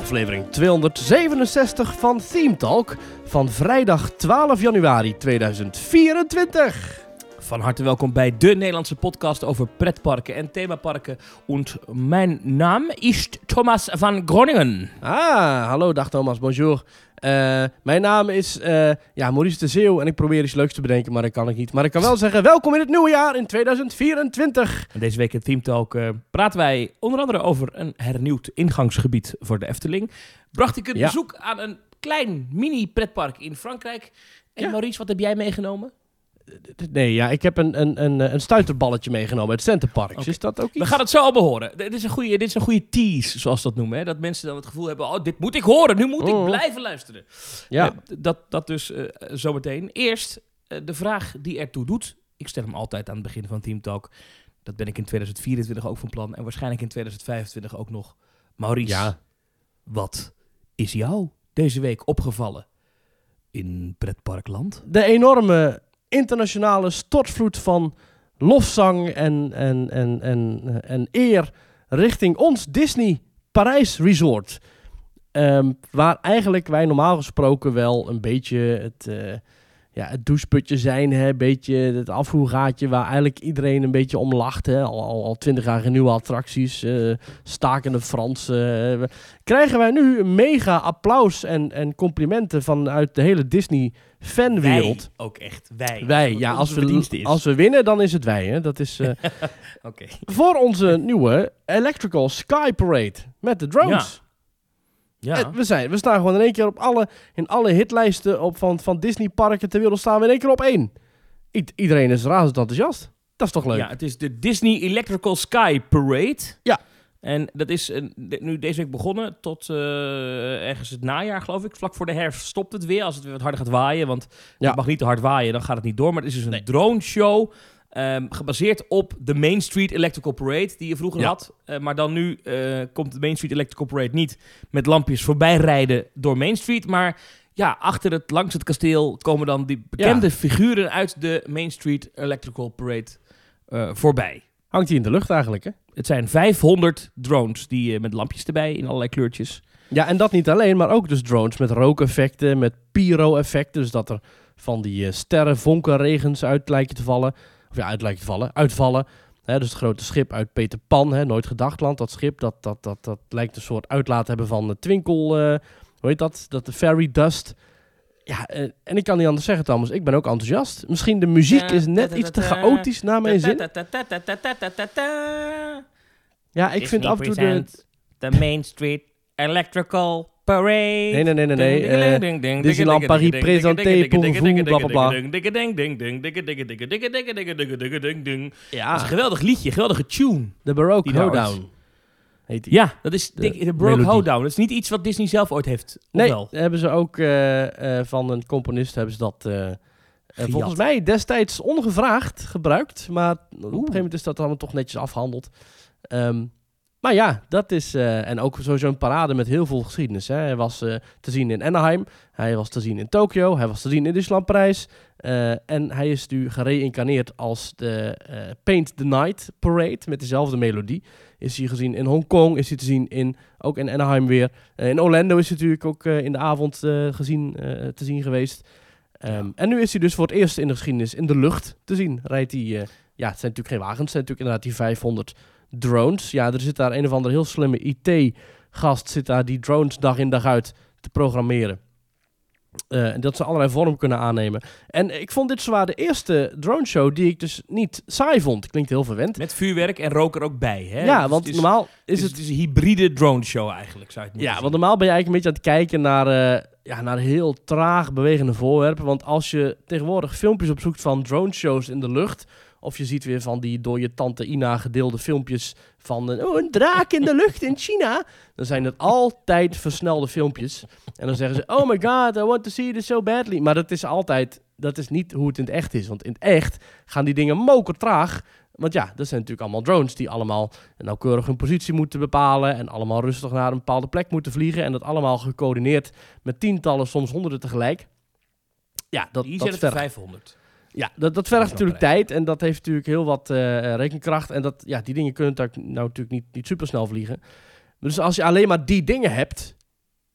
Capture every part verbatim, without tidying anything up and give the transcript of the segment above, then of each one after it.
aflevering tweehonderdzevenenzestig van Theme Talk van vrijdag twaalf januari tweeduizend vierentwintig. Van harte welkom bij de Nederlandse podcast over pretparken en themaparken. En mijn naam is Thomas van Groningen. Ah, hallo, dag Thomas, bonjour. Uh, mijn naam is uh, ja, Maurice de Zeeuw en ik probeer iets leuks te bedenken, maar dat kan ik niet. Maar ik kan wel zeggen, welkom in het nieuwe jaar in tweeduizend vierentwintig. En deze week in Theme Talk uh, praten wij onder andere over een hernieuwd ingangsgebied voor de Efteling. Bracht ik een ja. bezoek aan een klein mini-pretpark in Frankrijk. En ja. Maurice, wat heb jij meegenomen? Nee, ja, ik heb een, een, een, een stuiterballetje meegenomen uit Centerparks. Okay. Is dat ook iets? We gaan het zo al behoren. Dit is een goede, dit is een goede tease, zoals ze dat noemen. Hè? Dat mensen dan het gevoel hebben, oh, dit moet ik horen. Nu moet oh. ik blijven luisteren. Ja. Uh, dat, dat dus uh, zometeen. Eerst uh, de vraag die ertoe doet. Ik stel hem altijd aan het begin van Theme Talk. Dat ben ik in tweeduizend vierentwintig ook van plan. En waarschijnlijk in tweeduizend vijfentwintig ook nog. Maurice, ja. wat is jou deze week opgevallen in pretparkland? De enorme internationale stortvloed van lofzang en, en, en, en, en eer richting ons Disney Parijs Resort. Um, waar eigenlijk wij normaal gesproken wel een beetje het, uh, ja, het doucheputje zijn. Een beetje het afvoergaatje waar eigenlijk iedereen een beetje om lacht. Hè? Al, al, al twintig jaar geen nieuwe attracties. Uh, stakende Fransen. Uh, krijgen wij nu een mega applaus en, en complimenten vanuit de hele Disney fanwereld. Wij ook echt. Wij. Wij, ja. Als we, als we winnen, dan is het wij. Hè? Dat is uh, okay. voor onze nieuwe Electrical Sky Parade met de drones. Ja. Ja. We, zijn, we staan gewoon in één keer op alle, in alle hitlijsten op van, van Disney-parken ter wereld staan we in één keer op één. I- iedereen is razend enthousiast. Dat is toch leuk? Ja, het is de Disney Electrical Sky Parade. Ja. En dat is uh, de, nu deze week begonnen tot uh, ergens het najaar, geloof ik. Vlak voor de herfst stopt het weer als het weer wat harder gaat waaien. Want ja. het mag niet te hard waaien, dan gaat het niet door. Maar het is dus een nee. drone show. Um, gebaseerd op de Main Street Electrical Parade die je vroeger ja. had. Uh, maar dan nu uh, komt de Main Street Electrical Parade niet met lampjes voorbij rijden door Main Street. Maar ja, achter het, langs het kasteel komen dan die bekende ja. figuren uit de Main Street Electrical Parade uh, voorbij. Hangt die in de lucht eigenlijk, hè? Het zijn vijfhonderd drones die uh, met lampjes erbij in allerlei kleurtjes. Ja, en dat niet alleen, maar ook dus drones met rookeffecten, met pyro-effecten. Dus dat er van die uh, sterren, vonkenregens uit lijken te vallen. Of ja, uit lijkt te vallen, uitvallen. Hè, dus het grote schip uit Peter Pan, hè, Nooit Gedachtland. Dat schip, dat, dat, dat, dat lijkt een soort uitlaat hebben van uh, twinkel... Uh, hoe heet dat? Dat de fairy dust. Ja, uh, en ik kan niet anders zeggen, Thomas. Ik ben ook enthousiast. Misschien de muziek is net iets te chaotisch naar mijn zin. Ja, ik vind af en toe de... The Main Street Electrical Parade. Nee, nee, nee, nee. nee. Uh, Disneyland Paris présenté pour vous, blablabla. Ja. Dat is een geweldig liedje, geweldige tune. De Baroque Hoedown. Heet die. Ja, dat is de, de Baroque Hoedown. Dat is niet iets wat Disney zelf ooit heeft. Nee, wel? hebben ze ook uh, uh, van een componist hebben ze dat uh, uh, volgens mij destijds ongevraagd gebruikt. Maar Oeh. op een gegeven moment is dat allemaal toch netjes afgehandeld. Um, Maar ja, dat is... Uh, en ook sowieso een parade met heel veel geschiedenis. Hè. Hij was uh, te zien in Anaheim. Hij was te zien in Tokio. Hij was te zien in Disneyland Parijs. Uh, en hij is nu gereïncarneerd als de uh, Paint the Night Parade. Met dezelfde melodie. Is hij gezien in Hongkong. Is hij te zien in... Ook in Anaheim weer. Uh, in Orlando is hij natuurlijk ook uh, in de avond uh, gezien, uh, te zien geweest. Um, ja. En nu is hij dus voor het eerst in de geschiedenis in de lucht te zien. Rijdt hij... Uh, ja, het zijn natuurlijk geen wagens. Het zijn natuurlijk inderdaad die vijfhonderd... drones. Ja, er zit daar een of andere heel slimme I T-gast zit daar die drones dag in dag uit te programmeren. Uh, en dat ze allerlei vorm kunnen aannemen. En ik vond dit zwaar de eerste drone show die ik dus niet saai vond. Klinkt heel verwend. Met vuurwerk en rook er ook bij, hè? Ja, dus want het is, normaal is het... het... Het is een hybride drone show eigenlijk, zou je het Ja, zien. want normaal ben je eigenlijk een beetje aan het kijken naar... Uh, ja, naar heel traag bewegende voorwerpen. Want als je tegenwoordig filmpjes opzoekt van drone shows in de lucht... Of je ziet weer van die door je tante Ina gedeelde filmpjes van uh, oh, een draak in de lucht in China. Dan zijn het altijd versnelde filmpjes. En dan zeggen ze, oh my god, I want to see this so badly. Maar dat is altijd, dat is niet hoe het in het echt is. Want in het echt gaan die dingen mokertraag. Want ja, dat zijn natuurlijk allemaal drones die allemaal nauwkeurig hun positie moeten bepalen. En allemaal rustig naar een bepaalde plek moeten vliegen. En dat allemaal gecoördineerd met tientallen, soms honderden tegelijk. Ja, dat, Hier dat zijn het vijfhonderd. Ja, dat, dat vergt natuurlijk tijd en dat heeft natuurlijk heel wat uh, rekenkracht. En dat, ja, die dingen kunnen nou natuurlijk niet, niet super snel vliegen. Dus als je alleen maar die dingen hebt,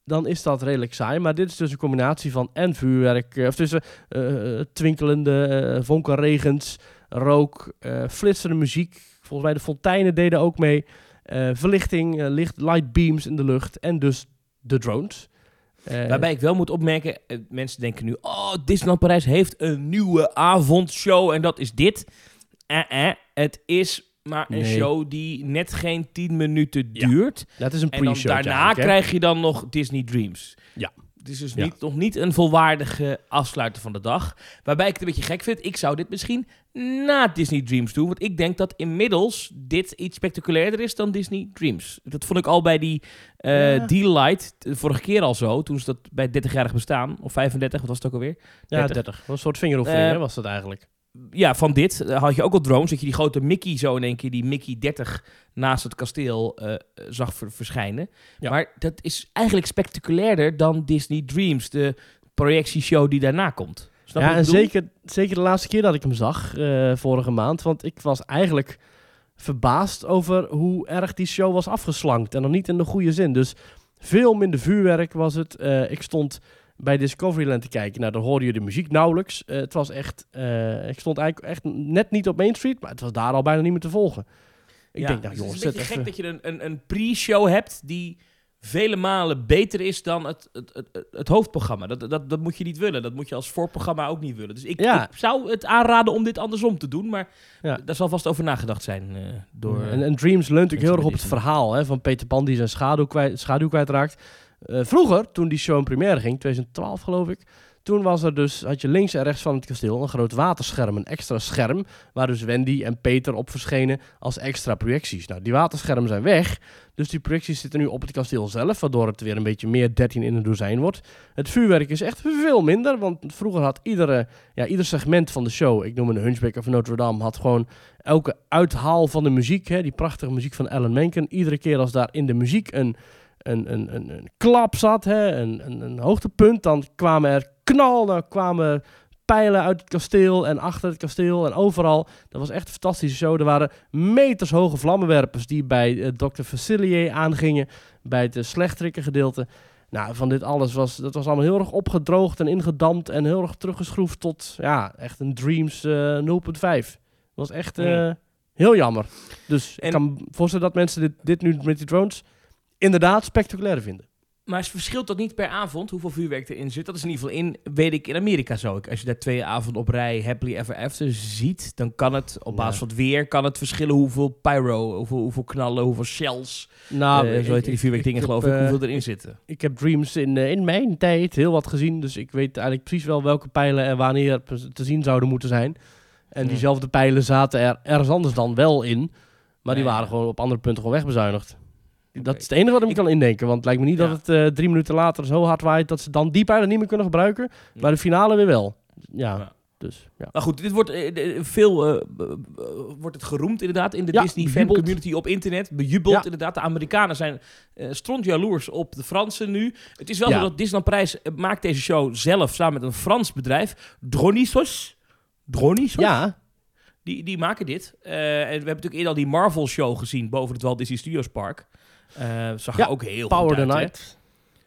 dan is dat redelijk saai. Maar dit is dus een combinatie van en vuurwerk, uh, of tussen uh, twinkelende uh, vonkenregens, rook, uh, flitsende muziek. Volgens mij de fonteinen deden ook mee. Uh, verlichting, uh, licht, light beams in de lucht en dus de drones. Uh, Waarbij ik wel moet opmerken, uh, mensen denken nu, oh, Disneyland Parijs heeft een nieuwe avondshow en dat is dit. Uh-uh, het is maar een nee. show die net geen tien minuten duurt. Ja, dat is een pre-show. En dan daarna krijg je dan nog Disney Dreams. Ja. Het is dus ja. niet, nog niet een volwaardige afsluiter van de dag. Waarbij ik het een beetje gek vind. Ik zou dit misschien na Disney Dreams doen. Want ik denk dat inmiddels dit iets spectaculairder is dan Disney Dreams. Dat vond ik al bij die uh, ja. Delight de vorige keer al zo. Toen ze dat bij het dertigjarig bestaan. Of vijfendertig, wat was het ook alweer? Ja, dertig. Dat was een soort vingeroefening, uh, was dat eigenlijk. Ja, van dit uh, had je ook al drones. Dat je die grote Mickey zo in één keer, die Mickey dertig naast het kasteel uh, zag ver- verschijnen. Ja. Maar dat is eigenlijk spectaculairder dan Disney Dreams, de projectieshow die daarna komt. Snap ja, en zeker, zeker de laatste keer dat ik hem zag, uh, vorige maand. Want ik was eigenlijk verbaasd over hoe erg die show was afgeslankt. En nog niet in de goede zin. Dus veel minder vuurwerk was het. Uh, ik stond bij Discoveryland te kijken. Nou, dan hoorde je de muziek nauwelijks. Uh, het was echt... Uh, ik stond eigenlijk echt net niet op Main Street, maar het was daar al bijna niet meer te volgen. Ik ja, denk, nou jongens... Het is een beetje gek dat je een, een, een pre-show hebt die vele malen beter is dan het, het, het, het hoofdprogramma. Dat, dat, dat moet je niet willen. Dat moet je als voorprogramma ook niet willen. Dus ik, ja. ik zou het aanraden om dit andersom te doen, maar ja. daar zal vast over nagedacht zijn. Uh, door, en, en Dreams leunt natuurlijk heel erg op het verhaal hè, van Peter Pan die zijn schaduw, kwijt, schaduw kwijtraakt. Uh, vroeger, toen die show in première ging, twintig twaalf geloof ik, toen was er dus, had je links en rechts van het kasteel een groot waterscherm, een extra scherm, waar dus Wendy en Peter op verschenen als extra projecties. Nou, die waterschermen zijn weg, dus die projecties zitten nu op het kasteel zelf, waardoor het weer een beetje meer dertien in een dozijn wordt. Het vuurwerk is echt veel minder, want vroeger had iedere, ja, ieder segment van de show, ik noem een Hunchback of Notre Dame, had gewoon elke uithaal van de muziek, hè, die prachtige muziek van Alan Menken, iedere keer als daar in de muziek een Een, een, een, een klap zat, hè, een, een, een hoogtepunt, dan kwamen er knal, dan kwamen pijlen uit het kasteel en achter het kasteel en overal. Dat was echt een fantastische show. Er waren metershoge vlammenwerpers die bij uh, dokter Facilier aangingen, bij het uh, slechterikken gedeelte. Nou, van dit alles was, dat was allemaal heel erg opgedroogd en ingedampt en heel erg teruggeschroefd tot, ja, echt een Dreams uh, nul punt vijf. Dat was echt uh, mm. heel jammer. Dus en ik kan me voorstellen dat mensen dit, dit nu met die drones inderdaad spectaculair vinden. Maar verschilt dat niet per avond hoeveel vuurwerk erin zit? Dat is in ieder geval in, weet ik, in Amerika zo. Als je daar twee avonden op rij Happily Ever After ziet, dan kan het, op basis van het weer, kan het verschillen hoeveel pyro, hoeveel, hoeveel knallen, hoeveel shells, nou, uh, zo heet die vuurwerkdingen geloof ik, uh, hoeveel erin zitten. Ik heb Dreams in, uh, in mijn tijd heel wat gezien, dus ik weet eigenlijk precies wel welke pijlen en wanneer te zien zouden moeten zijn. En hmm. diezelfde pijlen zaten er ergens anders dan wel in, maar die nee, waren ja. gewoon op andere punten gewoon wegbezuinigd. Okay. Dat is het enige wat ik me kan indenken. Want het lijkt me niet ja. dat het uh, drie minuten later zo hard waait dat ze dan die pijlen niet meer kunnen gebruiken. Ja. Maar de finale weer wel. Ja, ja. Dus, ja. Nou goed, dit wordt uh, veel uh, uh, wordt het geroemd inderdaad in de ja, Disney fan community op internet. Bejubeld ja. inderdaad. De Amerikanen zijn uh, stront jaloers op de Fransen nu. Het is wel ja. zo dat Disneyland Parijs uh, maakt deze show zelf samen met een Frans bedrijf. Dronisos. Dronisos? Ja. Die, die maken dit. Uh, en we hebben natuurlijk eerder al die Marvel show gezien boven het Walt Disney Studios Park. Uh, zag ja, er ook heel Power goed the uit. Night.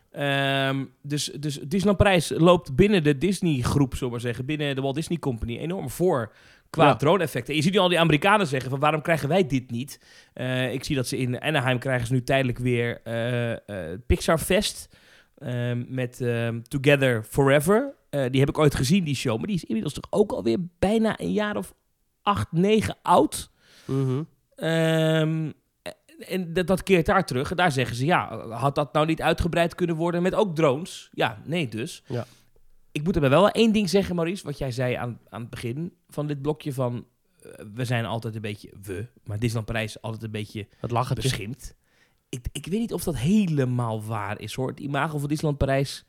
Um, dus, dus Disneyland Parijs loopt binnen de Disney-groep, zullen we maar zeggen, binnen de Walt Disney Company enorm voor qua ja. drone-effecten. Je ziet nu al die Amerikanen zeggen van waarom krijgen wij dit niet? Uh, ik zie dat ze in Anaheim krijgen ze nu tijdelijk weer uh, uh, Pixar Fest uh, met uh, Together Forever. Uh, die heb ik ooit gezien, die show, maar die is inmiddels toch ook alweer bijna een jaar of acht, negen oud. Mm-hmm. Um, En dat, dat keert daar terug. En daar zeggen ze, ja, had dat nou niet uitgebreid kunnen worden met ook drones? Ja, nee dus. Ja. Ik moet er wel één ding zeggen, Maurice, wat jij zei aan, aan het begin van dit blokje van... Uh, we zijn altijd een beetje, we, maar Disneyland Parijs altijd een beetje het beschimpt. Ik, ik weet niet of dat helemaal waar is, hoor. Het imago van Disneyland Parijs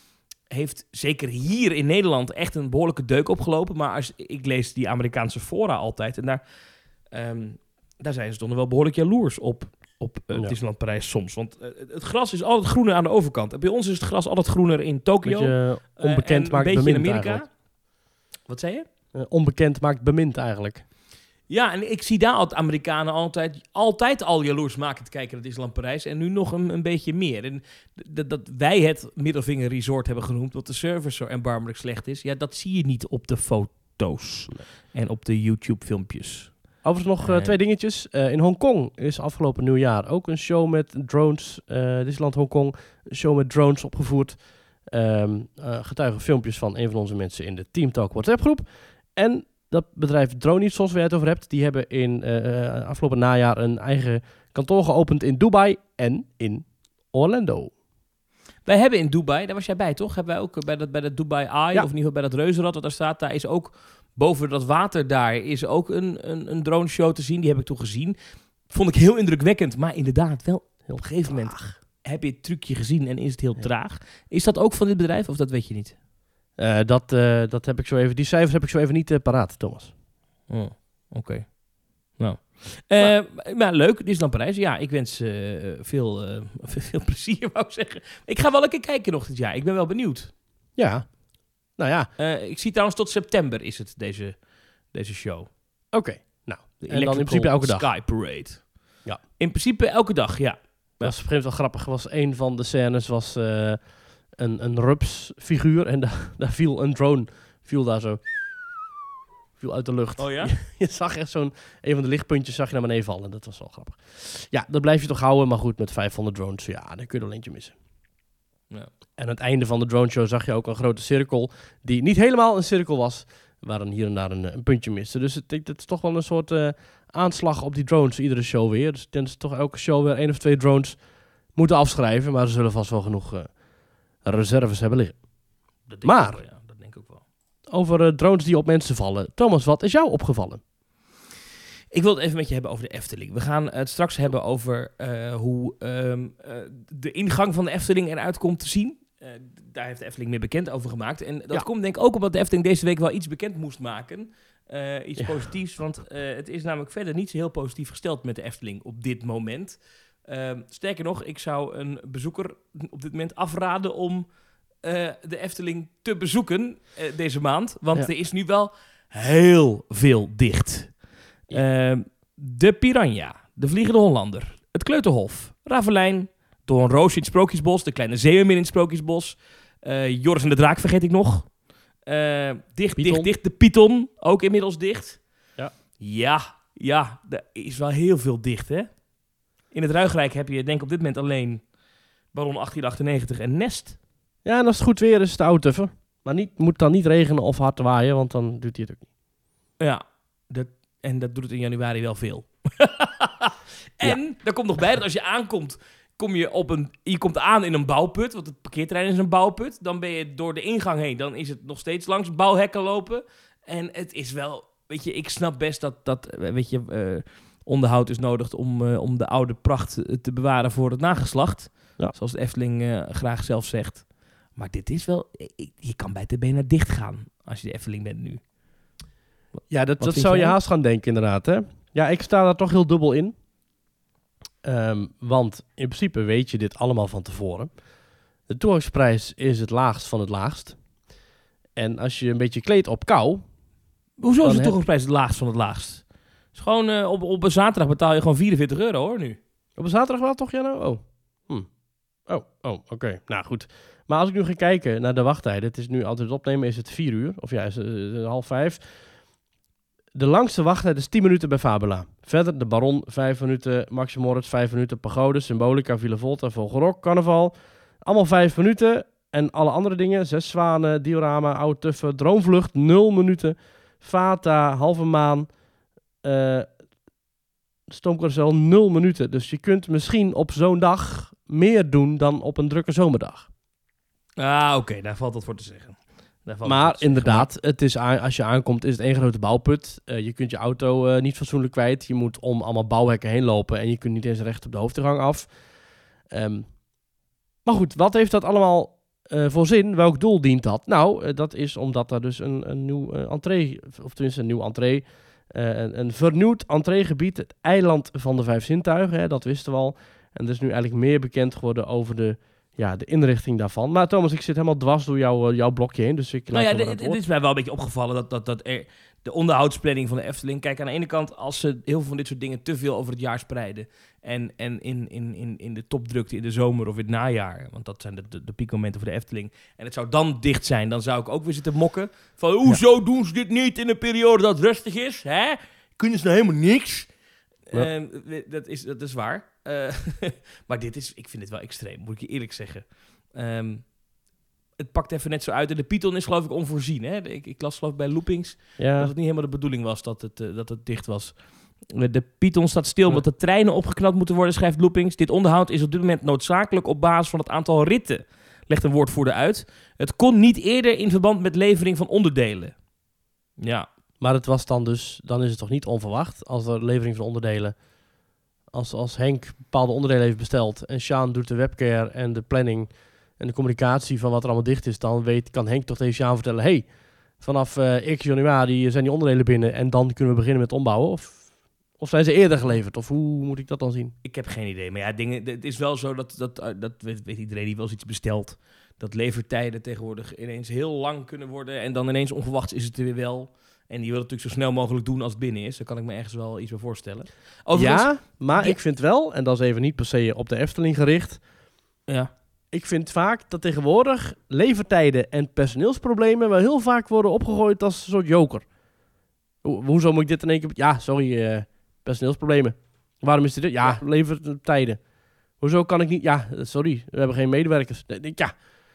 heeft zeker hier in Nederland echt een behoorlijke deuk opgelopen. Maar als ik lees die Amerikaanse fora altijd en daar... Um, Daar zijn ze toch nog wel behoorlijk jaloers op, op uh, ja. Disneyland Parijs soms. Want uh, het gras is altijd groener aan de overkant. En bij ons is het gras altijd groener in Tokio. Beetje, uh, onbekend uh, maakt een beetje bemind in Amerika. Eigenlijk. Wat zei je? Uh, onbekend maakt bemind eigenlijk. Ja, en ik zie daar altijd Amerikanen altijd, altijd al jaloers maken te kijken naar Disneyland Parijs. En nu nog een, een beetje meer. En dat, dat wij het Middelvinger Resort hebben genoemd, wat de service zo erbarmelijk slecht is. Ja, dat zie je niet op de foto's nee. en op de YouTube-filmpjes. Overigens nog uh, twee dingetjes. Uh, in Hongkong is afgelopen nieuwjaar ook een show met drones. Uh, Disneyland Hongkong, een show met drones opgevoerd. Um, uh, getuigen filmpjes van een van onze mensen in de Team Talk WhatsApp groep. En dat bedrijf Dronies, zoals jij het over hebt, die hebben in uh, afgelopen najaar een eigen kantoor geopend in Dubai en in Orlando. Wij hebben in Dubai, daar was jij bij toch? Hebben wij ook bij dat, bij dat Dubai Eye, ja. of in ieder geval bij dat reuzenrad wat daar staat, daar is ook boven dat water daar is ook een, een, een drone show te zien. Die heb ik toen gezien. Vond ik heel indrukwekkend, maar inderdaad wel heel op een gegeven moment traag. Heb je het trucje gezien en is het heel ja. traag. Is dat ook van dit bedrijf of dat weet je niet? Uh, dat, uh, dat heb ik zo even, die cijfers heb ik zo even niet uh, paraat, Thomas. Oh, Oké. Okay. Nou. Uh, maar, maar leuk, Disneyland Parijs. Ja, ik wens uh, veel, uh, veel plezier, wou ik zeggen. Ik ga wel een keer kijken nog dit jaar. Ik ben wel benieuwd. Ja. Nou ja. Uh, ik zie trouwens tot september is het, deze, deze show. Oké. Okay. Nou, de en dan in principe elke dag. Sky Parade. Ja. In principe elke dag, ja. Dat was op een gegeven moment wel grappig. Was een van de scènes was uh, een, een rupsfiguur en da- daar viel een drone, viel daar zo, viel uit de lucht. Oh ja? Je, je zag echt zo'n, een van de lichtpuntjes zag je naar beneden vallen. Dat was wel grappig. Ja, dat blijf je toch houden, maar goed, met vijfhonderd drones, ja, dan kun je er eentje missen. Ja. En aan het einde van de drone show zag je ook een grote cirkel, die niet helemaal een cirkel was, waar dan hier en daar een, een puntje miste. Dus het, het is toch wel een soort uh, aanslag op die drones, iedere show weer. Dus dan is toch elke show weer één of twee drones moeten afschrijven, maar ze zullen vast wel genoeg uh, reserves hebben liggen. Dat denk maar, ik wel, ja. Dat denk ik ook wel. Over uh, drones die op mensen vallen. Thomas, wat is jou opgevallen? Ik wil het even met je hebben over de Efteling. We gaan het straks hebben over uh, hoe um, uh, de ingang van de Efteling eruit komt te zien. Uh, daar heeft de Efteling meer bekend over gemaakt. En dat ja. komt denk ik ook omdat de Efteling deze week wel iets bekend moest maken. Uh, iets ja. positiefs, want uh, het is namelijk verder niet zo heel positief gesteld met de Efteling op dit moment. Uh, sterker nog, ik zou een bezoeker op dit moment afraden om uh, de Efteling te bezoeken uh, deze maand. Want ja. er is nu wel heel veel dicht. Ja. Uh, de Piranha, de Vliegende Hollander, het Kleuterhof, Ravelijn, Doornroosje in het Sprookjesbos, de Kleine Zeemermin in het Sprookjesbos, uh, Joris en de Draak vergeet ik nog. Uh, dicht, Python. dicht, dicht. De Python, ook inmiddels dicht. Ja. Ja, ja, er is wel heel veel dicht, hè? In het Ruigrijk heb je denk ik op dit moment alleen Baron achttien achtennegentig en Nest. Ja, en als het goed weer is, het Oudtuffer. Maar niet, moet dan niet regenen of hard waaien, want dan doet hij het ook niet. Ja, dat, en dat doet het in januari wel veel. en ja. daar komt nog bij dat als je aankomt, kom je, op een, je komt aan in een bouwput, want het parkeerterrein is een bouwput. Dan ben je door de ingang heen, dan is het nog steeds langs bouwhekken lopen. En het is wel, weet je, ik snap best dat, dat weet je, uh, onderhoud is nodig om, uh, om de oude pracht te bewaren voor het nageslacht. Ja. Zoals de Efteling uh, graag zelf zegt. Maar dit is wel, je kan bij de benen dicht gaan als je de Efteling bent nu. Ja, dat, dat zou je jij? haast gaan denken inderdaad, hè? Ja, ik sta daar toch heel dubbel in. Um, want in principe weet je dit allemaal van tevoren. De toegangsprijs is het laagst van het laagst. En als je een beetje kleedt op kou... Hoezo is de toegangsprijs het laagst van het laagst? Is gewoon uh, op, op een zaterdag betaal je gewoon vierenveertig euro hoor nu. Op een zaterdag wel toch, Janno? Oh, hm. oh, oh oké. Okay. Nou goed. Maar als ik nu ga kijken naar de wachttijden... Het is nu altijd het opnemen, is het vier uur. Of ja, is het uh, half vijf... De langste wachttijd is tien minuten bij Fabula. Verder de Baron, vijf minuten. Maxi Moritz, vijf minuten. Pagode, Symbolica, Villa Volta, Vogelrok, Carnaval. Allemaal vijf minuten. En alle andere dingen, Zes Zwanen, Diorama, Oude Tuffen, Droomvlucht, nul minuten. Fata, Halve Maan, uh, Stoomcarousel, nul minuten. Dus je kunt misschien op zo'n dag meer doen dan op een drukke zomerdag. Ah, oké, okay, daar valt wat voor te zeggen. Maar inderdaad, zeggen. Het is aan, als je aankomt is het één grote bouwput. Uh, je kunt je auto uh, niet fatsoenlijk kwijt. Je moet om allemaal bouwhekken heen lopen en je kunt niet eens recht op de hoofdingang af. Um, maar goed, wat heeft dat allemaal uh, voor zin? Welk doel dient dat? Nou, uh, dat is omdat er dus een, een nieuw uh, entree, of tenminste een nieuw entree, uh, een, een vernieuwd entreegebied, het eiland van de vijf zintuigen, hè, dat wisten we al. En er is nu eigenlijk meer bekend geworden over de ja, de inrichting daarvan. Maar Thomas, ik zit helemaal dwars door jou, jouw blokje heen. Dus ik nou ja, dit, dit is mij wel een beetje opgevallen dat, dat, dat er de onderhoudsplanning van de Efteling... Kijk, aan de ene kant, als ze heel veel van dit soort dingen te veel over het jaar spreiden... en, en in, in, in, in de topdrukte in de zomer of in het najaar... want dat zijn de, de, de piekmomenten voor de Efteling... en het zou dan dicht zijn, dan zou ik ook weer zitten mokken... van hoezo ja. doen ze dit niet in een periode dat rustig is? Hè? Kunnen ze nou helemaal niks? Ja. Uh, dat, is, dat is waar. Uh, maar dit is, ik vind het wel extreem, moet ik je eerlijk zeggen. Um, het pakt even net zo uit. En de Python is geloof ik onvoorzien. Hè? Ik, ik las geloof ik bij Loopings ja. dat het niet helemaal de bedoeling was dat het, uh, dat het dicht was. De Python staat stil omdat de treinen opgeknapt moeten worden, schrijft Loopings. Dit onderhoud is op dit moment noodzakelijk op basis van het aantal ritten, legt een woordvoerder uit. Het kon niet eerder in verband met levering van onderdelen. Ja. Maar het was dan dus, dan is het toch niet onverwacht als er levering van onderdelen... Als, als Henk bepaalde onderdelen heeft besteld en Sjaan doet de webcare en de planning en de communicatie van wat er allemaal dicht is, dan weet, kan Henk toch tegen Sjaan vertellen, hey, vanaf uh, x januari zijn die onderdelen binnen en dan kunnen we beginnen met ombouwen? Of, of zijn ze eerder geleverd? Of hoe moet ik dat dan zien? Ik heb geen idee, maar ja, dingen, het is wel zo dat, dat, dat weet, weet iedereen die wel eens iets bestelt, dat levertijden tegenwoordig ineens heel lang kunnen worden en dan ineens onverwachts is het er weer wel... En die wil het natuurlijk zo snel mogelijk doen als het binnen is. Daar kan ik me ergens wel iets bij voorstellen. Overigens, ja, maar ja. ik vind wel, en dat is even niet per se op de Efteling gericht... Ja. Ik vind vaak dat tegenwoordig levertijden en personeelsproblemen... wel heel vaak worden opgegooid als een soort joker. Ho- hoezo moet ik dit in één keer... Ja, sorry, uh, personeelsproblemen. Waarom is dit? Ja, ja, levertijden. Hoezo kan ik niet... Ja, sorry, we hebben geen medewerkers. Ja...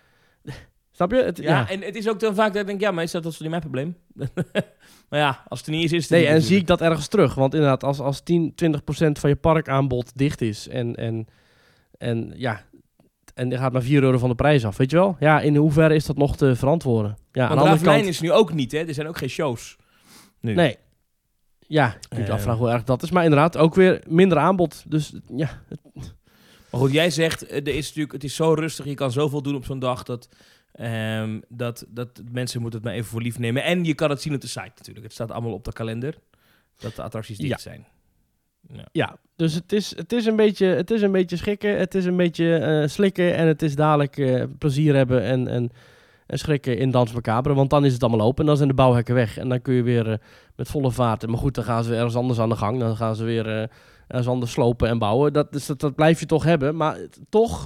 Snap je? Het, ja, ja, en het is ook dan vaak dat ik denk, ja, maar is dat, dat is niet mijn probleem? Maar ja, als het er niet is, is het Nee, niet en natuurlijk. zie ik dat ergens terug. Want inderdaad, als, als tien, twintig procent van je parkaanbod dicht is... en, en, en ja, en er gaat maar vier euro van de prijs af, weet je wel? Ja, in hoeverre is dat nog te verantwoorden? Ja, want Ravelijn kant... is nu ook niet, hè? Er zijn ook geen shows nu. Nee. Ja, ik kan je uh, afvragen hoe erg dat is. Maar inderdaad, ook weer minder aanbod. Dus ja... Maar goed, jij zegt, er is natuurlijk, het is zo rustig, je kan zoveel doen op zo'n dag... dat Um, dat, dat mensen moeten het maar even voor lief nemen. En je kan het zien op de site natuurlijk. Het staat allemaal op de kalender dat de attracties dicht ja. zijn. Ja, ja, dus het is, het, is een beetje, het is een beetje schikken, het is een beetje uh, slikken... en het is dadelijk uh, plezier hebben en, en, en schrikken in Dans Macabre. Want dan is het allemaal open en dan zijn de bouwhekken weg. En dan kun je weer uh, met volle vaart... Maar goed, dan gaan ze ergens anders aan de gang. Dan gaan ze weer uh, ergens anders slopen en bouwen. Dat, dus dat, dat blijf je toch hebben, maar het, toch...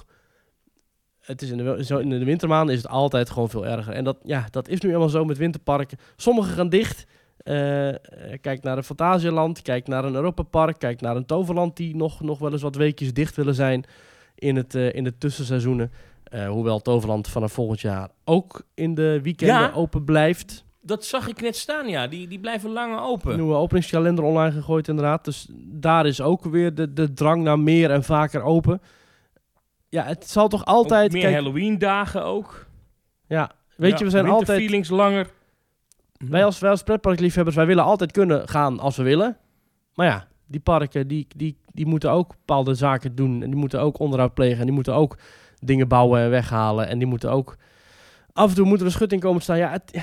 Het is in, de, zo in de wintermaanden is het altijd gewoon veel erger. En dat, ja, dat is nu helemaal zo met winterparken. Sommige gaan dicht. Uh, kijk naar een Fantasialand. Kijk naar een Europapark. Kijk naar een Toverland die nog, nog wel eens wat weekjes dicht willen zijn in het, uh, in de tussenseizoenen. Uh, hoewel Toverland vanaf volgend jaar ook in de weekenden ja, open blijft. Dat zag ik net staan, ja. Die, die blijven langer open. Een nieuwe openingskalender online gegooid inderdaad. Dus daar is ook weer de, de drang naar meer en vaker open. Ja, het zal toch altijd... Ook meer kijk, Halloween-dagen ook. Ja, weet ja, je, we zijn altijd... feelings langer. Wij als, wij als pretparkliefhebbers, wij willen altijd kunnen gaan als we willen. Maar ja, die parken, die, die, die moeten ook bepaalde zaken doen. En die moeten ook onderhoud plegen. En die moeten ook dingen bouwen en weghalen. En die moeten ook... Af en toe moeten er schutting komen staan. Ja, het, uh,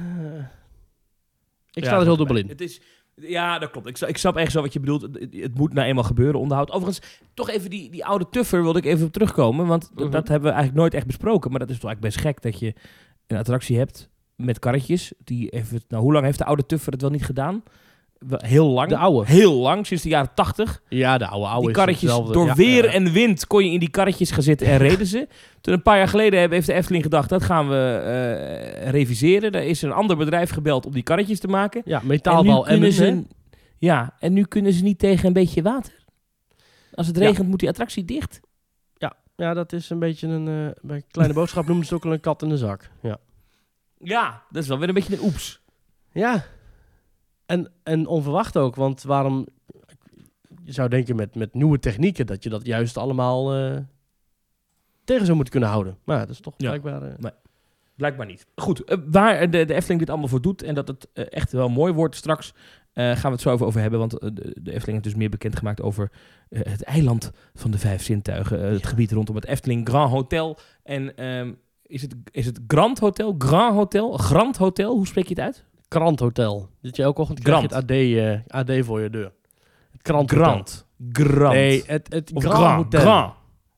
ik sta ja, er heel dubbel in. Het is... Ja, dat klopt. Ik, ik snap echt zo wat je bedoelt. Het, het moet nou eenmaal gebeuren, onderhoud. Overigens, toch even die, die oude tuffer wilde ik even op terugkomen. Want uh-huh. dat hebben we eigenlijk nooit echt besproken. Maar dat is toch eigenlijk best gek dat je een attractie hebt met karretjes. Die even, nou, hoe lang heeft de oude tuffer het wel niet gedaan? Heel lang. De oude. Heel lang, sinds de jaren tachtig. Ja, de oude oude. Die karretjes, door ja, weer ja. en wind kon je in die karretjes gaan zitten en reden ze. Toen een paar jaar geleden heeft de Efteling gedacht, dat gaan we uh, reviseren. Daar is een ander bedrijf gebeld om die karretjes te maken. Ja, metaalbal en, en ze, ja, en nu kunnen ze niet tegen een beetje water. Als het regent, ja. moet die attractie dicht. Ja, ja, dat is een beetje een... Uh, bij Kleine Boodschap noemen ze het ook een kat in de zak. Ja. Ja, dat is wel weer een beetje een oeps. Ja. En, en onverwacht ook, want waarom... Je zou denken met, met nieuwe technieken dat je dat juist allemaal uh, tegen zou moeten kunnen houden. Maar ja, dat is toch ja. blijkbaar... Uh... Nee, blijkbaar niet. Goed, uh, waar de, de Efteling dit allemaal voor doet en dat het uh, echt wel mooi wordt straks, uh, gaan we het zo over, over hebben. Want uh, de, de Efteling heeft dus meer bekendgemaakt over uh, het eiland van de vijf zintuigen. Uh, het ja. gebied rondom het Efteling Grand Hotel. En um, is, het, is het Grand Hotel? Grand Hotel? Grand Hotel? Hoe spreek je het uit? Krant Hotel. Dat je elke ochtend krijg je het A D, uh, A D voor je deur. Het Krant Hotel. Grand. Grand. Nee, het, het of Grand, Grand Hotel. Grand.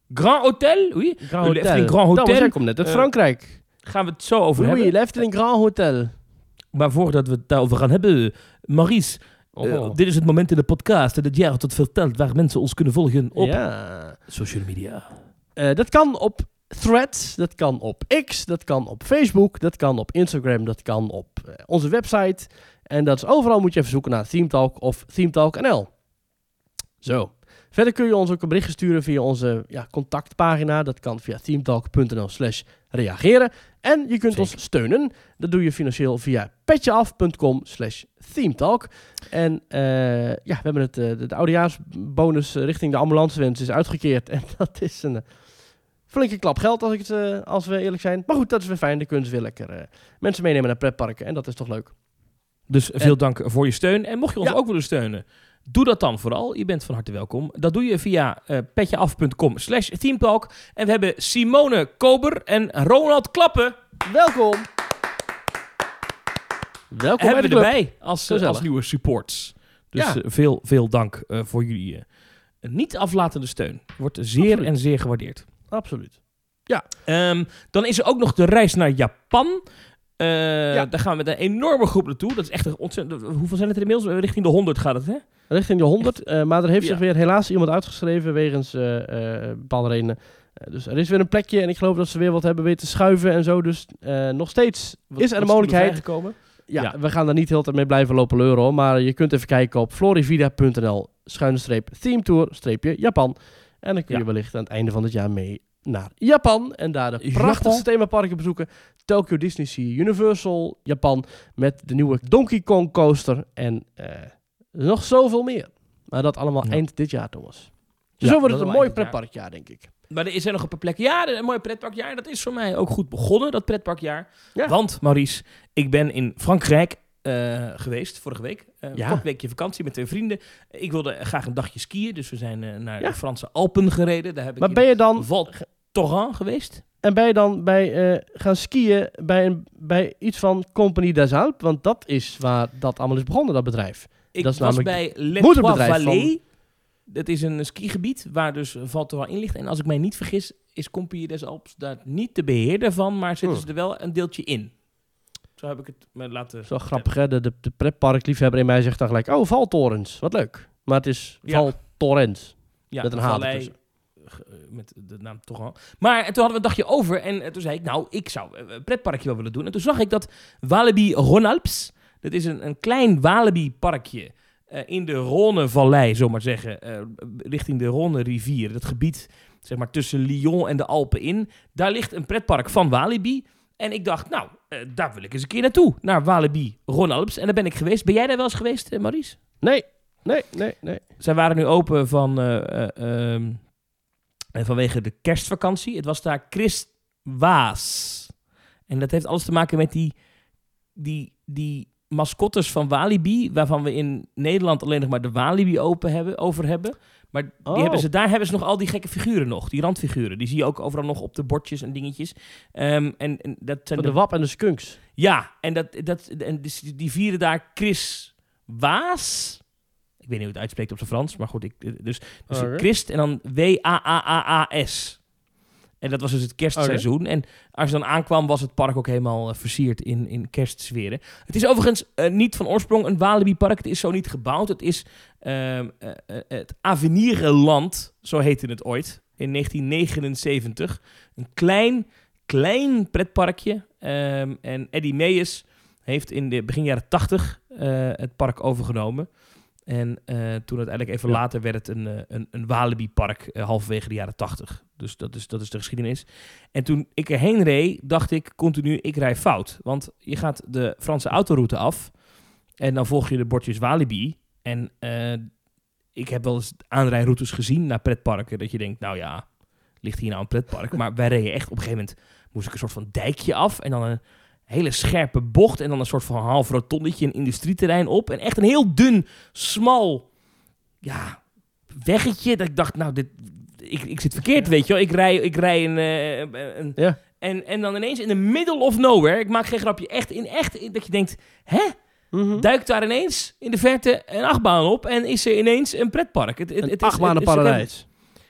Grand Hotel, oui. Grand Le Hotel. Efteling Grand Hotel. Dat komt net uit Uh, Frankrijk. Gaan we het zo over Oui, hebben. Le Efteling Grand Hotel. Maar voordat we het daarover gaan hebben, Maurice, Oh. uh, dit is het moment in de podcast dat jij het vertelt waar mensen ons kunnen volgen op Ja. social media. Uh, dat kan op Threads, dat kan op X, dat kan op Facebook, dat kan op Instagram, dat kan op uh, onze website. En dat is overal moet je even zoeken naar ThemeTalk of ThemeTalk N L. Zo. Verder kun je ons ook een berichtje sturen via onze ja, contactpagina. Dat kan via themetalk.nl slash reageren. En je kunt Zeker. ons steunen. Dat doe je financieel via petjeaf.com slash themetalk. En uh, ja, we hebben het, uh, de, de oudejaarsbonus uh, richting de ambulancewens is uitgekeerd. En dat is een uh, flinke klap geld als, ik het, uh, als we eerlijk zijn. Maar goed, dat is weer fijn. Dan kunnen ze weer lekker uh, mensen meenemen naar pretparken. En dat is toch leuk. Dus veel en, dank voor je steun. En mocht je ons ja. ook willen steunen, doe dat dan vooral. Je bent van harte welkom. Dat doe je via uh, petjeaf.com slash themetalk. En we hebben Simone Kober en Ronald Klappen. Welkom. Welkom hebben bij we erbij als, uh, als nieuwe supports. Dus ja. uh, veel, veel dank uh, voor jullie uh, niet aflatende steun. Wordt zeer Absoluut. en zeer gewaardeerd. Absoluut. Ja. Um, dan is er ook nog de reis naar Japan. Uh, ja. Daar gaan we met een enorme groep naartoe. Dat is echt een ontzettend... Hoeveel zijn het er inmiddels? Richting de honderd gaat het, hè? Richting de honderd. Uh, maar er heeft ja. zich weer helaas iemand uitgeschreven wegens uh, uh, bepaalde redenen. Uh, dus er is weer een plekje en ik geloof dat ze weer wat hebben weten schuiven en zo. Dus uh, nog steeds wat, is er een mogelijkheid. Ja, ja, we gaan daar niet heel tijd mee blijven lopen leuren hoor. Maar je kunt even kijken op florivida.nl schuine streep themetour streepje Japan. En dan kun je ja. wellicht aan het einde van het jaar mee naar Japan. En daar de prachtigste themaparken bezoeken. Tokyo Disney Sea, Universal Japan. Met de nieuwe Donkey Kong coaster. En uh, nog zoveel meer. Maar dat allemaal ja. eind dit jaar, Thomas. Dus ja, zo wordt het een mooi pretparkjaar, denk ik. Maar er is er nog een paar plekken. Ja, een mooi pretparkjaar. Dat is voor mij ook goed begonnen, dat pretparkjaar. Ja. Want, Maurice, ik ben in Frankrijk uh, geweest vorige week. Uh, ja. Een kort weekje vakantie met twee vrienden. Ik wilde graag een dagje skiën. Dus we zijn uh, naar ja. de Franse Alpen gereden. Daar heb ik maar ben je dan... Val Thorens geweest. En ben je dan bij uh, gaan skiën bij, een, bij iets van Compagnie des Alpes? Want dat is waar dat allemaal is begonnen, dat bedrijf. Ik dat is was bij Les Trois Vallées. Dat is een skigebied waar dus Val Thorens in ligt. En als ik mij niet vergis, is Compagnie des Alpes daar niet de beheerder van, maar zitten hmm. ze er wel een deeltje in. Zo heb ik het me laten... Zo grappig, hè? De, de, de pretparkliefhebber in mij zegt dan gelijk, oh, Valtorens, wat leuk. Maar het is ja. Valtorens. Ja, met een haal ertussen. Met de naam Thorens. Maar en toen hadden we een dagje over en, en toen zei ik, nou, ik zou een pretparkje wel willen doen. En toen zag ik dat Walibi-Rhône-Alpes, dat is een, een klein Walibi-parkje uh, in de Rhône-vallei, zomaar zeggen, uh, richting de Rhône-rivier. Dat gebied, zeg maar, tussen Lyon en de Alpen in. Daar ligt een pretpark van Walibi. En ik dacht, nou, uh, daar wil ik eens een keer naartoe, naar Walibi-Rhône-Alpes. En daar ben ik geweest. Ben jij daar wel eens geweest, uh, Maurice? Nee, nee, nee, nee. Zij waren nu open van... Uh, uh, um, En vanwege de kerstvakantie. Het was daar Christwaas. En dat heeft alles te maken met die, die, die mascottes van Walibi, waarvan we in Nederland alleen nog maar de Walibi open hebben, over hebben. Maar die oh. hebben ze, daar hebben ze nog al die gekke figuren nog. Die randfiguren. Die zie je ook overal nog op de bordjes en dingetjes. Um, en, en dat zijn de, de wap en de skunks. Ja, en, dat, dat, en dus die vieren daar Christwaas. Ik weet niet hoe het uitspreekt op zijn Frans, maar goed. Ik, dus dus okay. Christ en dan W A A A A S. En dat was dus het kerstseizoen. Okay. En als je dan aankwam, was het park ook helemaal uh, versierd in, in kerstsferen. Het is overigens uh, niet van oorsprong een Walibi-park. Het is zo niet gebouwd. Het is uh, uh, uh, het Avenirland, zo heette het ooit, in negentien negenenzeventig. Een klein, klein pretparkje. Um, en Eddie Meyers heeft in de begin jaren tachtig uh, het park overgenomen. En uh, toen uiteindelijk even ja. later werd het een, uh, een, een Walibi-park uh, halverwege de jaren tachtig. Dus dat is, dat is de geschiedenis. En toen ik erheen reed, dacht ik continu, ik rij fout. Want je gaat de Franse autoroute af en dan volg je de bordjes Walibi. En uh, ik heb wel eens aanrijroutes gezien naar pretparken, dat je denkt, nou ja, ligt hier nou een pretpark? Maar wij reden echt, op een gegeven moment moest ik een soort van dijkje af en dan een hele scherpe bocht en dan een soort van half rotondetje, een industrieterrein op. En echt een heel dun, smal, ja, weggetje. Dat ik dacht, nou, dit, ik, ik zit verkeerd, ja. weet je wel. Ik rij, ik rij een... Uh, een ja. en, en dan ineens in the middle of nowhere, ik maak geen grapje, echt in echt, dat je denkt, hè? Mm-hmm. Duikt daar ineens in de verte een achtbaan op en is er ineens een pretpark. Het, het, een het achtbanenparadijs.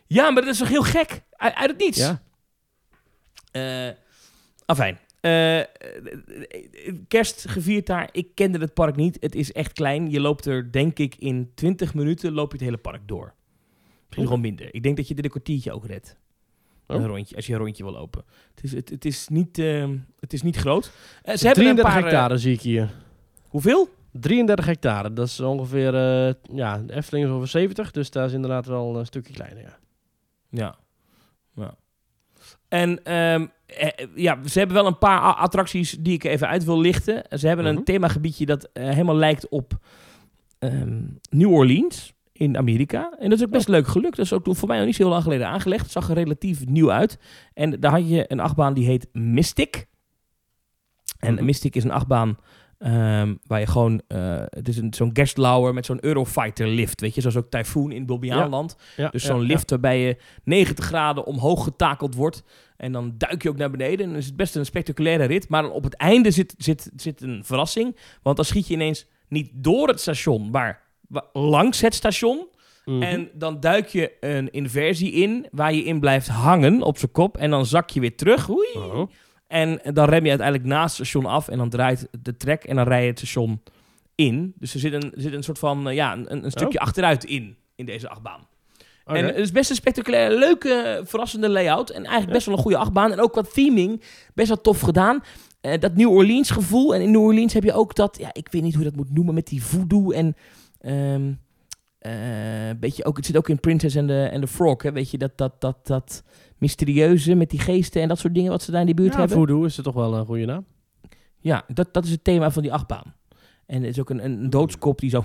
Ja, maar dat is toch heel gek? Uit, uit het niets. Ja. Uh, afijn. Uh, kerst gevierd daar. Ik kende het park niet. Het is echt klein. Je loopt er, denk ik, in twintig minuten loop je het hele park door. Misschien gewoon minder. Ik denk dat je er een kwartiertje ook redt. Oh. Een rondje, als je een rondje wil lopen. Het is, het, het is, niet, uh, het is niet groot. Uh, ze hebben drieëndertig een paar, hectare uh, zie ik hier. Hoeveel? drieëndertig hectare. Dat is ongeveer... Uh, ja, de Efteling is over zeventig. Dus daar is inderdaad wel een stukje kleiner, ja. Ja. Ja. En um, eh, ja, ze hebben wel een paar attracties die ik even uit wil lichten. Ze hebben mm-hmm. een themagebiedje dat uh, helemaal lijkt op um, New Orleans in Amerika. En dat is ook best oh. leuk gelukt. Dat is ook voor mij nog niet zo heel lang geleden aangelegd. Het zag er relatief nieuw uit. En daar had je een achtbaan die heet Mystic. En mm-hmm. Mystic is een achtbaan um, waar je gewoon... Uh, het is een, zo'n Gerstlauer met zo'n Eurofighter lift. Weet je, zoals ook Typhoon in Bobbejaanland. Ja. Ja, dus zo'n ja, lift ja. waarbij je negentig graden omhoog getakeld wordt. En dan duik je ook naar beneden. En dan is het best een spectaculaire rit. Maar op het einde zit, zit, zit een verrassing. Want dan schiet je ineens niet door het station, maar langs het station. Mm-hmm. En dan duik je een inversie in waar je in blijft hangen op zijn kop. En dan zak je weer terug. Oei. Oh. En dan rem je uiteindelijk naast het station af. En dan draait de trek en dan rij je het station in. Dus er zit een, er zit een soort van, ja, een, een stukje oh. achteruit in, in deze achtbaan. Okay. En het is best een spectaculaire, leuke, verrassende layout. En eigenlijk best wel een goede achtbaan. En ook wat theming, best wel tof gedaan. Uh, dat New Orleans gevoel. En in New Orleans heb je ook dat, ja, ik weet niet hoe je dat moet noemen, met die voodoo en... Um, uh, beetje ook, het zit ook in Princess and the, and the Frog, hè, weet je, dat, dat, dat, dat mysterieuze met die geesten en dat soort dingen wat ze daar in die buurt ja, hebben. Voodoo is er toch wel een goede naam. Ja, dat, dat is het thema van die achtbaan. En er is ook een, een doodskop die zo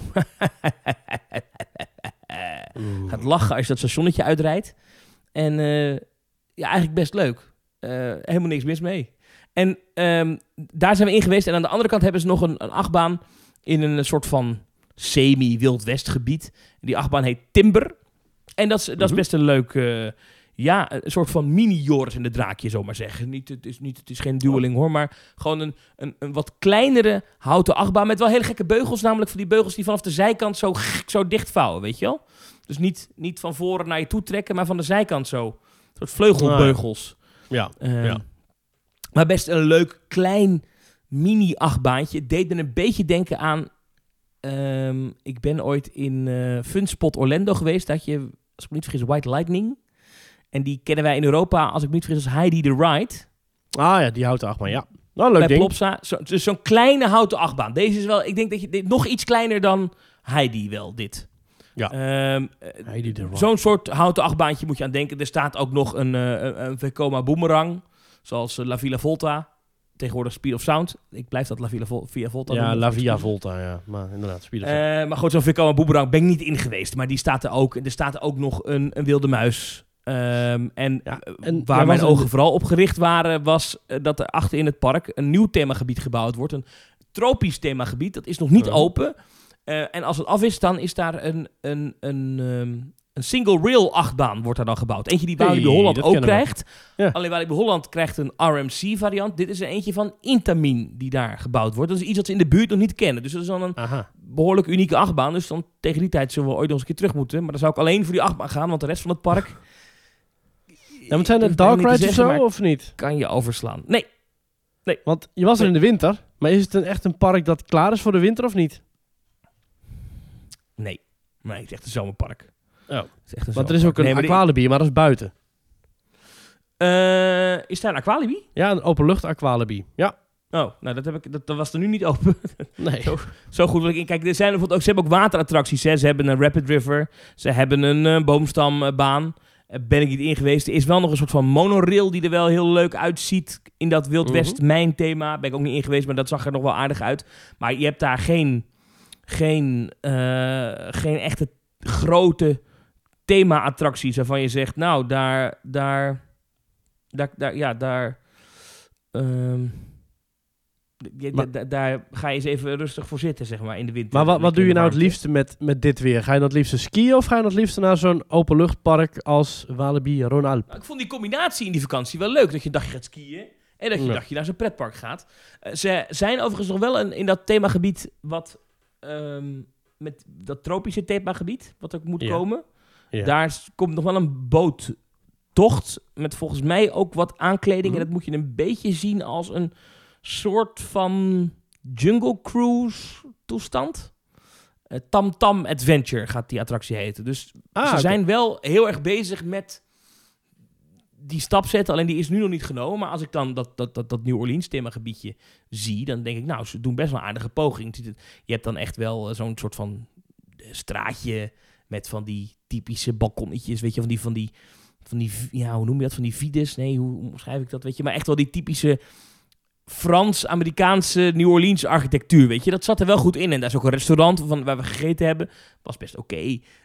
gaat lachen als je dat stationnetje uitrijdt. En uh, ja, eigenlijk best leuk. Uh, helemaal niks mis mee. En um, daar zijn we in geweest. En aan de andere kant hebben ze nog een, een achtbaan in een soort van semi-Wild West gebied. Die achtbaan heet Timber. En dat is, dat is best een leuk... Uh, ja, een soort van mini-Joris en de Draakje, zomaar zeggen. Niet, het, is niet, het is geen dueling, hoor. Maar gewoon een, een, een wat kleinere houten achtbaan met wel hele gekke beugels. Namelijk van die beugels die vanaf de zijkant zo, zo dichtvouwen, weet je wel? Dus niet, niet van voren naar je toe trekken, maar van de zijkant zo. Een soort vleugelbeugels. Ja, uh, ja. Maar best een leuk, klein mini-achtbaantje. Het deed me een beetje denken aan... Um, ik ben ooit in uh, Funspot Orlando geweest. Dat je, als ik me niet vergis, White Lightning... En die kennen wij in Europa, als ik me niet vergis, als Heidi the Ride. Ah ja, die houten achtbaan, ja. Nou, leuk Bij ding. Plopsa. Zo, dus zo'n kleine houten achtbaan. Deze is wel, ik denk dat je dit nog iets kleiner dan Heidi wel, dit. Ja. Um, Heidi the Ride. Zo'n soort houten achtbaantje moet je aan denken. Er staat ook nog een, uh, een Vekoma Boomerang, zoals uh, La Villa Volta. Tegenwoordig Speed of Sound. Ik blijf dat La Villa, Vol- Via Volta ja, noemen. La Villa Volta, ja. Maar inderdaad, Speed of Sound. Uh, maar goed, zo'n Vekoma Boomerang ben ik niet in geweest. Maar die staat er ook. Er staat er ook nog een, een wilde muis. Um, en, ja, en waar mijn ogen de... vooral op gericht waren, was uh, dat er achter in het park een nieuw themagebied gebouwd wordt. Een tropisch themagebied. Dat is nog niet uh-huh. open. Uh, en als het af is, dan is daar een, een, een, um, een single rail achtbaan wordt daar dan gebouwd. Eentje die Walibi hey, Holland ook krijgt. Ja. Alleen Walibi Holland krijgt een R M C variant. Dit is er eentje van Intamin die daar gebouwd wordt. Dat is iets wat ze in de buurt nog niet kennen. Dus dat is dan een Aha. behoorlijk unieke achtbaan. Dus dan tegen die tijd zullen we ooit nog eens een keer terug moeten. Maar dan zou ik alleen voor die achtbaan gaan, want de rest van het park... Ja, maar zijn het dark rides of zo, of niet? Kan je overslaan. Nee. nee. Want je was er nee. in de winter. Maar is het een, echt een park dat klaar is voor de winter of niet? Nee. Nee, het is echt een zomerpark. Oh. Het is echt een Want er is ook een nee, Aqualibi, die... maar dat is buiten. Uh, is daar een Aqualibi? Ja, een openlucht Aqualibi. Ja. Oh, nou dat, heb ik, dat, dat was er nu niet open. Nee. zo, zo goed wil ik in. Kijk, er zijn bijvoorbeeld ook, ze hebben ook waterattracties. Hè. Ze hebben een Rapid River. Ze hebben een uh, boomstambaan. Ben ik niet in geweest. Er is wel nog een soort van monorail die er wel heel leuk uitziet in dat Wild West mm-hmm. mijn thema. Ben ik ook niet in geweest, maar dat zag er nog wel aardig uit. Maar je hebt daar geen, geen, uh, geen echte grote thema-attracties waarvan je zegt, nou, daar, daar, daar, daar ja, daar, um, je, maar, da, daar ga je eens even rustig voor zitten, zeg maar, in de winter. Maar wat, wat doe je nou het liefste met, met dit weer? Ga je nou het liefste skiën of ga je nou het liefste naar zo'n openluchtpark als Walibi Rhône-Alpes? Nou, ik vond die combinatie in die vakantie wel leuk. Dat je dacht je gaat skiën en dat je ja. dacht je naar zo'n pretpark gaat. Uh, ze zijn overigens nog wel een, in dat themagebied wat, um, met dat tropische themagebied, wat ook moet ja. komen. Ja. Daar komt nog wel een boottocht met volgens mij ook wat aankleding. Mm-hmm. En dat moet je een beetje zien als een soort van Jungle Cruise toestand. Uh, Tam Tam Adventure gaat die attractie heten. Dus ah, ze okay. zijn wel heel erg bezig met die stap zetten. Alleen die is nu nog niet genomen. Maar als ik dan dat, dat, dat, dat New Orleans themagebiedje zie, dan denk ik, nou, ze doen best wel een aardige poging. Je hebt dan echt wel zo'n soort van straatje met van die typische balkonnetjes, weet je, van die, van die, van die, ja, hoe noem je dat, van die vides? Nee, hoe, hoe schrijf ik dat, weet je? Maar echt wel die typische Frans-Amerikaanse New Orleans architectuur, weet je? Dat zat er wel goed in. En daar is ook een restaurant van, waar we gegeten hebben. Was best oké.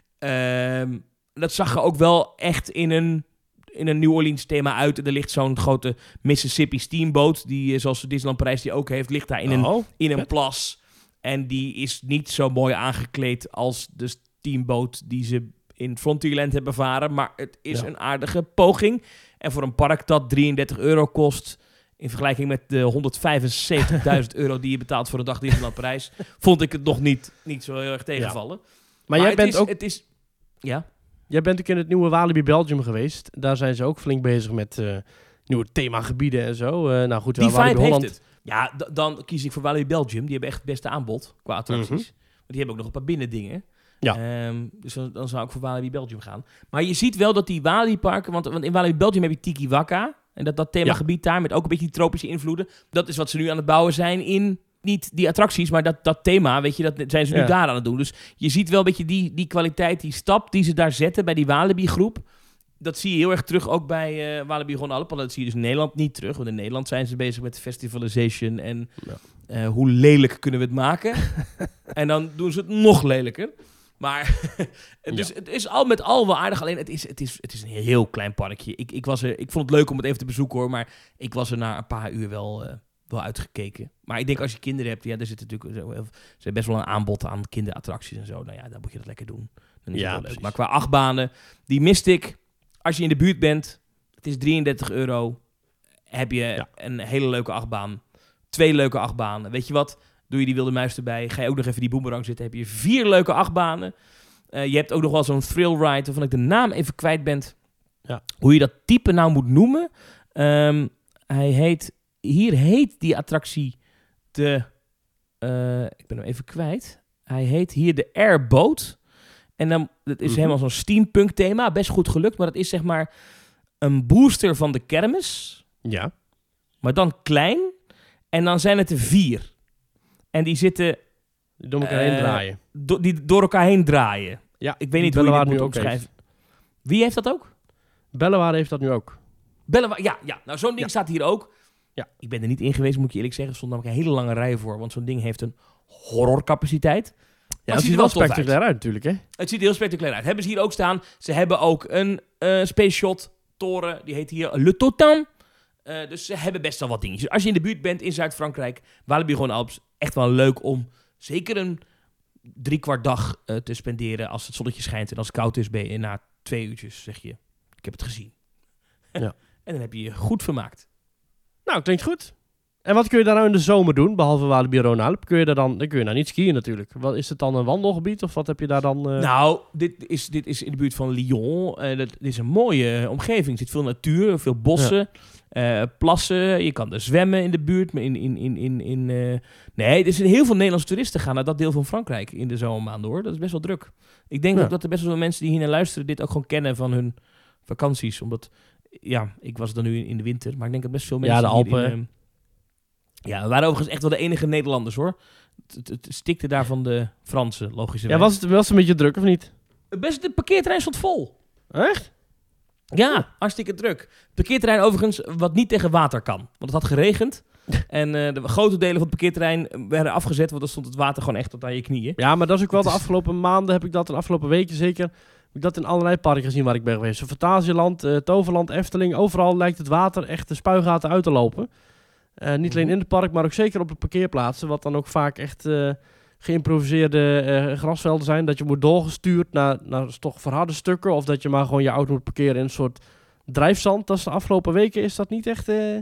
Okay. Um, dat zag er ook wel echt in een, in een New Orleans thema uit. En er ligt zo'n grote Mississippi Steamboat, die, zoals Disneyland Parijs die ook heeft, ligt daar in een, oh, in een plas. En die is niet zo mooi aangekleed als de steamboat die ze in Frontierland hebben varen. Maar het is ja. een aardige poging. En voor een park dat drieëndertig euro kost, in vergelijking met de honderdvijfenzeventigduizend euro die je betaalt voor een dag Disneyland Parijs, vond ik het nog niet, niet zo heel erg tegenvallen. Ja. Maar, maar jij het bent is, ook... Het is, ja? Jij bent ook in het nieuwe Walibi Belgium geweest. Daar zijn ze ook flink bezig met uh, nieuwe themagebieden en zo. Uh, nou goed, die Walibi vibe Holland... heeft het. Ja, d- dan kies ik voor Walibi Belgium. Die hebben echt het beste aanbod qua attracties. Mm-hmm. Maar die hebben ook nog een paar binnendingen. Ja. Um, dus dan, dan zou ik voor Walibi Belgium gaan. Maar je ziet wel dat die Walibi-parken... Want, want in Walibi Belgium heb je Tiki Waka. En dat, dat themagebied ja. daar met ook een beetje die tropische invloeden. Dat is wat ze nu aan het bouwen zijn in... Niet die attracties, maar dat, dat thema, weet je, dat zijn ze nu ja. daar aan het doen. Dus je ziet wel een beetje die, die kwaliteit, die stap die ze daar zetten bij die Walibi-groep. Dat zie je heel erg terug ook bij uh, Walibi Holland. Dat zie je dus in Nederland niet terug. Want in Nederland zijn ze bezig met festivalization en ja. uh, hoe lelijk kunnen we het maken. En dan doen ze het nog lelijker. Maar dus ja. het is al met al wel aardig. Alleen het is, het is, het is een heel klein parkje. Ik, ik, was er, ik vond het leuk om het even te bezoeken hoor. Maar ik was er na een paar uur wel, uh, wel uitgekeken. Maar ik denk als je kinderen hebt, ja, er zit natuurlijk er zijn best wel een aanbod aan kinderattracties en zo. Nou ja, dan moet je dat lekker doen. Dan is ja, het wel leuk. Maar qua achtbanen, die Mystic, als je in de buurt bent, het is drieëndertig euro. Heb je ja. een hele leuke achtbaan. Twee leuke achtbanen. Weet je wat? Doe je die wilde muis erbij. Ga je ook nog even die boomerang zitten. Heb je vier leuke achtbanen. Uh, je hebt ook nog wel zo'n thrill ride, waarvan ik de naam even kwijt ben. Ja. Hoe je dat type nou moet noemen. Um, hij heet... Hier heet die attractie de... Uh, ik ben hem even kwijt. Hij heet hier de Airboat. En dan, dat is mm-hmm. helemaal zo'n steampunk thema. Best goed gelukt, maar dat is zeg maar een booster van de kermis. Ja. Maar dan klein. En dan zijn het er vier. En die zitten... Die door elkaar uh, heen draaien. Do, die door elkaar heen draaien. Ja, ik weet niet hoe je dat moet omschrijven. Wie heeft dat ook? Bellewaarde heeft dat nu ook. Bellewaarde, ja, ja. Nou, zo'n ding ja. staat hier ook. Ja. Ik ben er niet in geweest, moet ik je eerlijk zeggen. Er stond namelijk een hele lange rij voor. Want zo'n ding heeft een horrorcapaciteit. Ja, het ziet er wel spectaculair uit natuurlijk, hè? Het ziet er heel spectaculair uit. Hebben ze hier ook staan. Ze hebben ook een uh, Space Shot toren. Die heet hier Le Totem. Uh, dus ze hebben best wel wat dingetjes. Als je in de buurt bent in Zuid-Frankrijk, Walibi Gewoon Alps, echt wel leuk om zeker een drie kwart dag uh, te spenderen als het zonnetje schijnt en als het koud is, ben je na twee uurtjes zeg je, ik heb het gezien. Ja. En dan heb je je goed vermaakt. Nou, klinkt goed. En wat kun je daar nou in de zomer doen, behalve Walibi Rhône-Alpes? Kun je daar dan, dan kun je nou niet skiën natuurlijk. Wat, is het dan een wandelgebied of wat heb je daar dan? Uh... Nou, dit is, dit is in de buurt van Lyon. Uh, dat is een mooie uh, omgeving. Er zit veel natuur, veel bossen, ja. uh, plassen. Je kan er zwemmen in de buurt. In, in, in, in, in, uh... Nee, er zijn heel veel Nederlandse toeristen gaan naar dat deel van Frankrijk in de zomermaanden hoor. Dat is best wel druk. Ik denk ja. ook dat er best wel veel mensen die hier naar luisteren dit ook gewoon kennen van hun vakanties. Omdat, ja, ik was dan nu in, in de winter, maar ik denk dat best veel mensen ja, de Alpen. In, uh, ja, we waren overigens echt wel de enige Nederlanders, hoor. Het, het, het stikte daar van de Fransen, logisch. Ja, was het, was het een beetje druk, of niet? Best, de parkeerterrein stond vol. Echt? Ja, hartstikke druk. Het parkeerterrein overigens wat niet tegen water kan. Want het had geregend. en uh, de grote delen van het parkeerterrein werden afgezet, want dan stond het water gewoon echt tot aan je knieën. Ja, maar dat is ook wel het de is... afgelopen maanden, heb ik dat, de afgelopen weken zeker, heb ik dat in allerlei parken gezien waar ik ben geweest. Fantasieland, uh, Toverland, Efteling, overal lijkt het water echt de spuigaten uit te lopen. Uh, niet alleen in het park, maar ook zeker op de parkeerplaatsen. Wat dan ook vaak echt uh, geïmproviseerde uh, grasvelden zijn. Dat je wordt doorgestuurd naar, naar toch verharde stukken. Of dat je maar gewoon je auto moet parkeren in een soort drijfzand. Dat is de afgelopen weken is dat niet echt... Uh,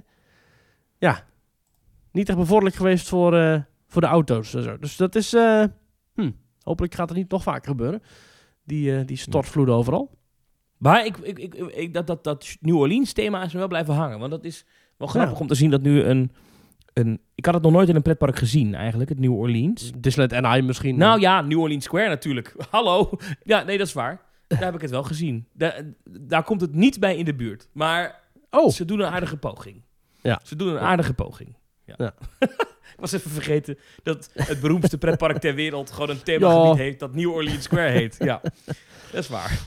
ja, niet echt bevorderlijk geweest voor, uh, voor de auto's. En zo. Dus dat is... Uh, hm, hopelijk gaat het niet nog vaker gebeuren. Die, uh, die stortvloeden ja. overal. Maar ik, ik, ik, ik, dat, dat, dat New Orleans thema is me wel blijven hangen. Want dat is wel grappig ja. om te zien dat nu een, een... Ik had het nog nooit in een pretpark gezien eigenlijk, het New Orleans. Disneyland Anaheim misschien. Nou ja, New Orleans Square natuurlijk. Hallo. Ja, nee, dat is waar. Daar heb ik het wel gezien. Daar, daar komt het niet bij in de buurt. Maar oh. ze doen een aardige poging. Ja. Ze doen een aardige poging. Ja. ja. Ik was even vergeten dat het beroemdste pretpark ter wereld gewoon een themagebied ja. heeft dat New Orleans Square heet. Ja, dat is waar.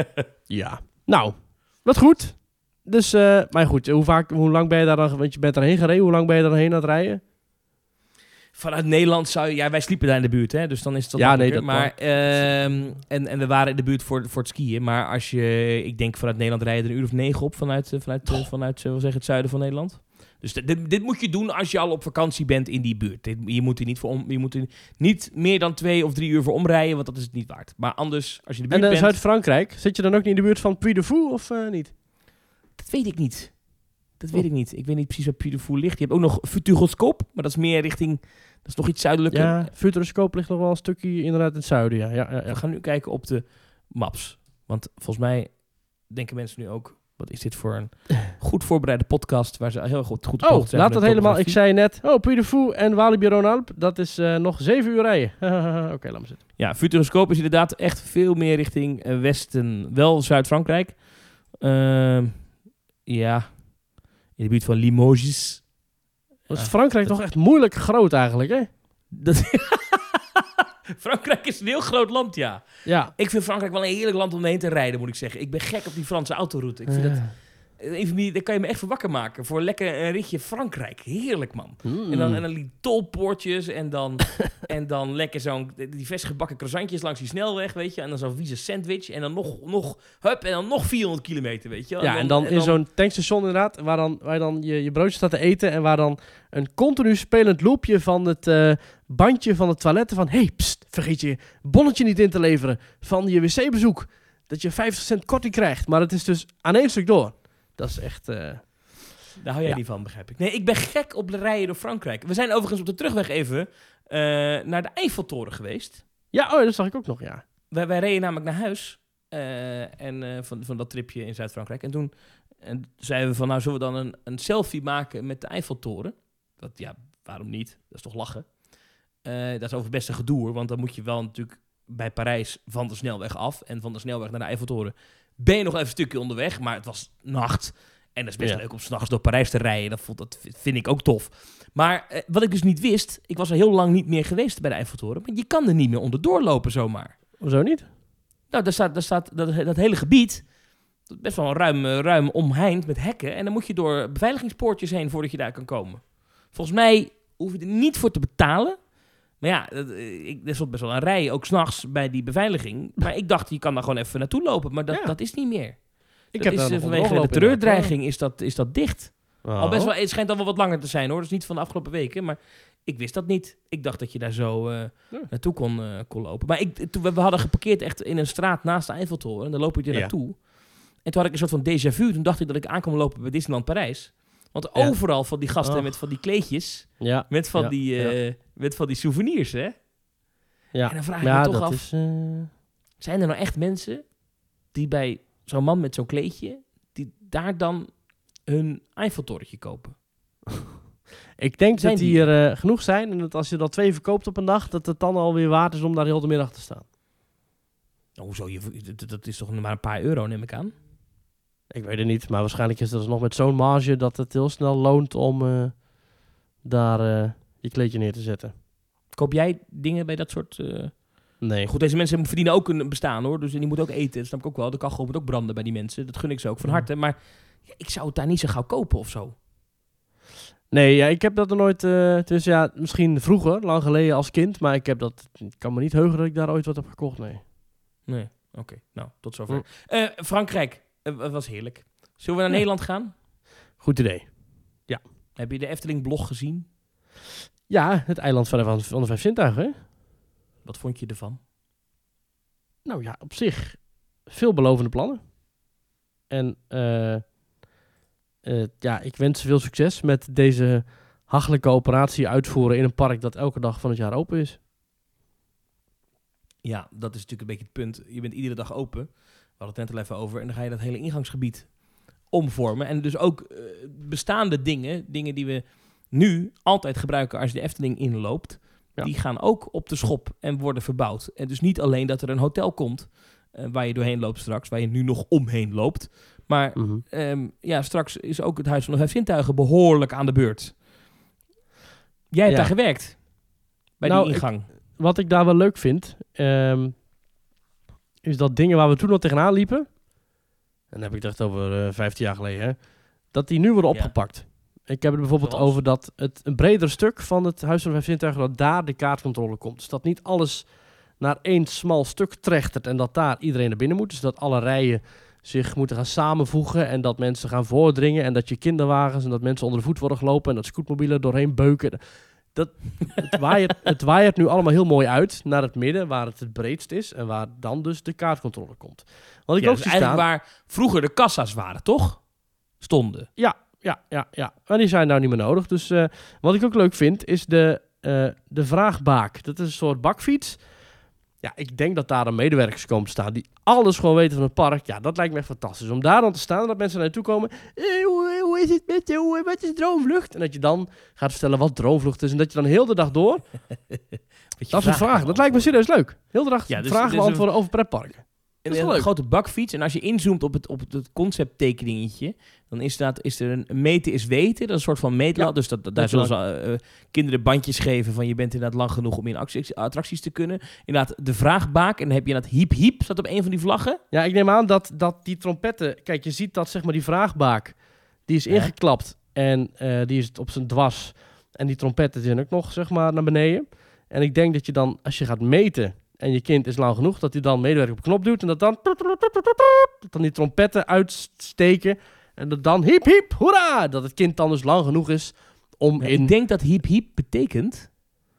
Ja. Nou, wat goed. Dus, uh, maar goed, hoe, vaak, hoe lang ben je daar dan, want je bent erheen gereden, hoe lang ben je daarheen aan het rijden? Vanuit Nederland zou je... Ja, wij sliepen daar in de buurt, hè. Dus dan is het ja, nee, dat maar uh, en, en we waren in de buurt voor, voor het skiën. Maar als je... Ik denk vanuit Nederland rijden er een uur of negen op vanuit, vanuit, oh. vanuit uh, zeg het zuiden van Nederland. Dus dit, dit moet je doen als je al op vakantie bent in die buurt. Dit, je moet er niet, voor om, je moet er niet meer dan twee of drie uur voor omrijden, want dat is het niet waard. Maar anders, als je in de buurt en uh, bent... Zuid-Frankrijk, zit je dan ook niet in de buurt van Puy de Fou of uh, niet? Dat weet ik niet. Dat weet oh. ik niet. Ik weet niet precies waar Puy de Fou ligt. Je hebt ook nog Futuroscope, maar dat is meer richting... Dat is nog iets zuidelijker. Ja, Futuroscope ligt nog wel een stukje inderdaad in het zuiden, ja. ja, ja, ja. We gaan nu kijken op de maps. Want volgens mij denken mensen nu ook... Wat is dit voor een goed voorbereide podcast waar ze heel goed goed op oh, zijn. Laat dat helemaal. Ik zei net, oh, Puy de Fou en Walibi Rhône-Alpes, dat is uh, nog zeven uur rijden. Oké, okay, laat maar zitten. Ja, Futuroscope is inderdaad echt veel meer richting uh, westen, wel Zuid-Frankrijk. Uh, ja, in de buurt van Limoges. Dat is Frankrijk uh, toch echt moeilijk groot eigenlijk, hè? Dat Frankrijk is een heel groot land, ja. ja. Ik vind Frankrijk wel een heerlijk land om heen te rijden, moet ik zeggen. Ik ben gek op die Franse autoroute. Ik vind uh. dat... Even, daar kan je me echt voor wakker maken. Voor lekker een ritje Frankrijk. Heerlijk, man. Mm. En, dan, en dan die tolpoortjes en dan, en dan lekker zo'n... Die vers gebakken croissantjes langs die snelweg, weet je. En dan zo'n vieze sandwich. En dan nog, nog, hup, en dan nog vierhonderd kilometer, weet je. En ja, dan, en dan in en dan... zo'n tankstation inderdaad, waar, dan, waar je dan je, je broodje staat te eten en waar dan een continu spelend loopje van het uh, bandje van het toiletten van... Hey, pst, vergeet je bonnetje niet in te leveren van je wc-bezoek. Dat je vijftig cent korting krijgt. Maar het is dus aan één stuk door. Dat is echt... Uh... Daar hou jij ja. niet van, begrijp ik. Nee, ik ben gek op de rijden door Frankrijk. We zijn overigens op de terugweg even uh, naar de Eiffeltoren geweest. Ja, oh, dat zag ik ook nog, ja. Wij, wij reden namelijk naar huis uh, en, uh, van, van dat tripje in Zuid-Frankrijk. En toen en zeiden we van, nou, zullen we dan een, een selfie maken met de Eiffeltoren? Dat, ja, waarom niet? Dat is toch lachen? Uh, dat is over best een gedoe, want dan moet je wel natuurlijk bij Parijs van de snelweg af. En van de snelweg naar de Eiffeltoren ben je nog even een stukje onderweg, maar het was nacht. En dat is best ja. leuk om 's nachts door Parijs te rijden. Dat, vond, dat vind ik ook tof. Maar eh, wat ik dus niet wist, ik was er heel lang niet meer geweest bij de Eiffeltoren. Maar je kan er niet meer onderdoor lopen zomaar. Hoezo niet? Nou, daar staat, daar staat dat, dat hele gebied, best wel ruim, ruim omheind met hekken. En dan moet je door beveiligingspoortjes heen voordat je daar kan komen. Volgens mij hoef je er niet voor te betalen. Maar ja, er stond best wel een rij, ook 's nachts bij die beveiliging. Maar ik dacht, je kan daar gewoon even naartoe lopen. Maar dat, ja. dat is niet meer. Ik dat heb is, vanwege de terreurdreiging is dat, is dat dicht. Oh. Al best wel, het schijnt al wel wat langer te zijn, hoor. Dat is niet van de afgelopen weken, maar ik wist dat niet. Ik dacht dat je daar zo uh, ja. naartoe kon, uh, kon lopen. Maar ik, toen, we hadden geparkeerd echt in een straat naast de Eiffeltoren. En dan loop ik er ja. naartoe. En toen had ik een soort van déjà vu. Toen dacht ik dat ik aan kon lopen bij Disneyland Parijs. Want ja. overal van die gasten oh. met van die kleedjes. Ja. Met, van ja. die, uh, ja. met van die souvenirs, hè? Ja. En dan vraag ik ja, me toch af. Is, uh... zijn er nou echt mensen die bij zo'n man met zo'n kleedje, die daar dan hun Eiffeltorentje kopen? Ik denk zijn dat die er uh, genoeg zijn. En dat als je er twee verkoopt op een dag, dat het dan alweer waard is om daar heel de middag te staan. Oh, hoezo? Je, dat is toch maar een paar euro, neem ik aan? Ik weet het niet, maar waarschijnlijk is dat nog met zo'n marge dat het heel snel loont om uh, daar uh, je kleedje neer te zetten. Koop jij dingen bij dat soort... Uh... Nee. Goed, deze mensen verdienen ook een bestaan, hoor. Dus die moeten ook eten. Dat snap ik ook wel. De kachel moet ook branden bij die mensen. Dat gun ik ze ook van harte. Maar ja, ik zou het daar niet zo gauw kopen of zo. Nee, ja, ik heb dat er nooit... Uh, dus ja, misschien vroeger, lang geleden als kind. Maar ik heb dat... Ik kan me niet heugen dat ik daar ooit wat heb gekocht, nee. Nee, oké. Okay. Nou, tot zover. Mm. Uh, Frankrijk. Het uh, was heerlijk. Zullen we naar ja. Nederland gaan? Goed idee. Ja. Heb je de Efteling-blog gezien? Ja, het eiland van de, van, van de vijf zintuigen, hè? Wat vond je ervan? Nou ja, op zich veelbelovende plannen. En uh, uh, ja, ik wens veel succes met deze hachelijke operatie uitvoeren in een park dat elke dag van het jaar open is. Ja, dat is natuurlijk een beetje het punt. Je bent iedere dag open. We hadden het net al even over. En dan ga je dat hele ingangsgebied omvormen. En dus ook uh, bestaande dingen, dingen die we nu altijd gebruiken als je de Efteling inloopt, ja. die gaan ook op de schop en worden verbouwd. En dus niet alleen dat er een hotel komt uh, waar je doorheen loopt straks, waar je nu nog omheen loopt. Maar mm-hmm. um, ja, straks is ook het Huis van de Vijf Zintuigen behoorlijk aan de beurt. Jij hebt ja. daar gewerkt, bij nou, die ingang. Ik, wat ik daar wel leuk vind, um, is dat dingen waar we toen nog tegenaan liepen, en dan heb ik het echt over uh, vijftien jaar geleden, hè, dat die nu worden opgepakt. Ja. Ik heb het bijvoorbeeld Zoals? over dat het een breder stuk van het Huis van de Vijf Zintuigen, dat daar de kaartcontrole komt. Dus dat niet alles naar één smal stuk trechtert en dat daar iedereen naar binnen moet. Dus dat alle rijen zich moeten gaan samenvoegen en dat mensen gaan voordringen en dat je kinderwagens en dat mensen onder de voet worden gelopen en dat scootmobielen doorheen beuken. Dat, het, waaiert, het waaiert nu allemaal heel mooi uit naar het midden, waar het het breedst is en waar dan dus de kaartcontrole komt. Want ik ja, ook dus zie eigenlijk staan, waar vroeger de kassa's waren, toch? Stonden. Ja, ja, ja, ja. Maar die zijn nou niet meer nodig. Dus uh, wat ik ook leuk vind, is de, uh, de vraagbaak. Dat is een soort bakfiets. Ja, ik denk dat daar dan medewerkers komen te staan die alles gewoon weten van het park. Ja, dat lijkt me echt fantastisch. Om daar dan te staan en dat mensen naartoe komen. Eh, hoe, hoe is het met je? Hoe, wat is droomvlucht? En dat je dan gaat vertellen wat droomvlucht is. En dat je dan heel de dag door... dat soort vragen. Dat lijkt me serieus leuk. Heel de dag ja, dus, vragen dus beantwoorden een... over pretparken. En een, een grote bakfiets. En als je inzoomt op het, op het concepttekeningetje, dan is, dat, is er een meten is weten. Dat is een soort van meetlat. Ja, dus dat, dat, daar zullen ze uh, kinderen bandjes geven van je bent inderdaad lang genoeg om in acties, attracties te kunnen. Inderdaad, de vraagbaak. En dan heb je inderdaad hiep hiep, staat op een van die vlaggen. Ja, ik neem aan dat, dat die trompetten... Kijk, je ziet dat zeg maar die vraagbaak, die is ja. ingeklapt. En uh, die is op zijn dwars. En die trompetten zijn ook nog zeg maar naar beneden. En ik denk dat je dan, als je gaat meten en je kind is lang genoeg, dat hij dan medewerker op de knop doet en dat dan, dat dan die trompetten uitsteken en dat dan hiep hiep, hoera, dat het kind dan dus lang genoeg is om ja, in... Ik denk dat hiep hiep betekent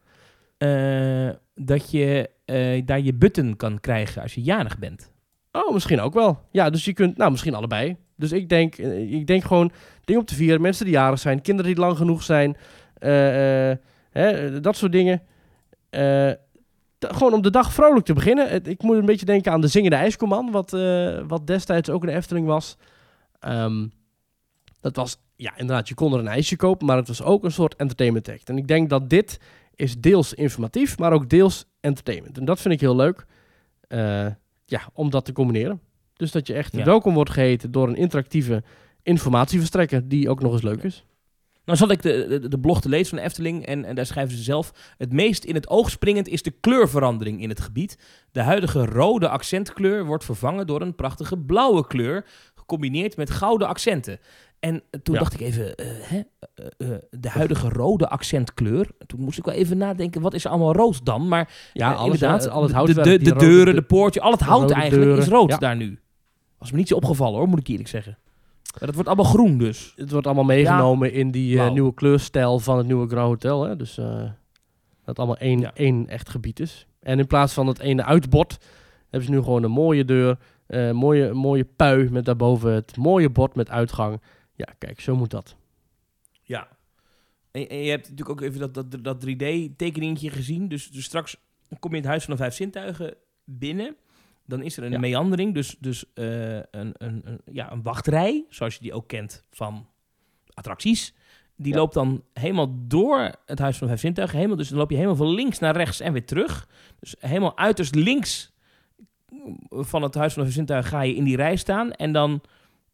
uh, dat je uh, daar je button kan krijgen als je jarig bent. Oh, misschien ook wel. Ja, dus je kunt, nou misschien allebei. Dus ik denk, uh, ik denk gewoon dingen op te vieren, mensen die jarig zijn, kinderen die lang genoeg zijn, uh, uh, hè, dat soort dingen. Uh, Gewoon om de dag vrolijk te beginnen. Ik moet een beetje denken aan de Zingende IJskomman, wat, uh, wat destijds ook een Efteling was. Um, dat was, ja inderdaad, je kon er een ijsje kopen, maar het was ook een soort entertainment act. En ik denk dat dit is deels informatief, maar ook deels entertainment. En dat vind ik heel leuk, uh, ja, om dat te combineren. Dus dat je echt ja. welkom wordt geheten door een interactieve informatieverstrekker, die ook nog eens leuk is. Nou zat ik de, de, de blog te lezen van de Efteling en, en daar schrijven ze zelf: het meest in het oog springend is de kleurverandering in het gebied. De huidige rode accentkleur wordt vervangen door een prachtige blauwe kleur, gecombineerd met gouden accenten. En toen ja. dacht ik even, uh, hè, uh, uh, de huidige rode accentkleur. Toen moest ik wel even nadenken, wat is er allemaal rood dan? Maar ja, uh, alles, inderdaad, uh, al het de, de, de deuren, de poortje, al het hout eigenlijk deuren. is rood ja. daar nu. Was me niet zo opgevallen hoor, moet ik eerlijk zeggen. Maar dat wordt allemaal groen dus. Het wordt allemaal meegenomen ja. in die uh, wow. nieuwe kleurstijl van het nieuwe Grand Hotel. Hè? Dus uh, dat het allemaal één, ja. één echt gebied is. En in plaats van het ene uitbord hebben ze nu gewoon een mooie deur. Een uh, mooie, mooie pui met daarboven het mooie bord met uitgang. Ja, kijk, zo moet dat. Ja. En, en je hebt natuurlijk ook even dat, dat, dat drie D-tekeningetje gezien. Dus, dus straks kom je in het Huis van de Vijf Zintuigen binnen. Dan is er een ja. meandering, dus, dus uh, een, een, een, ja, een wachtrij, zoals je die ook kent van attracties. Die ja. loopt dan helemaal door het Huis van de Vijf Zintuigen. Helemaal, dus dan loop je helemaal van links naar rechts en weer terug. Dus helemaal uiterst links van het Huis van de Vijf Zintuigen ga je in die rij staan. En dan,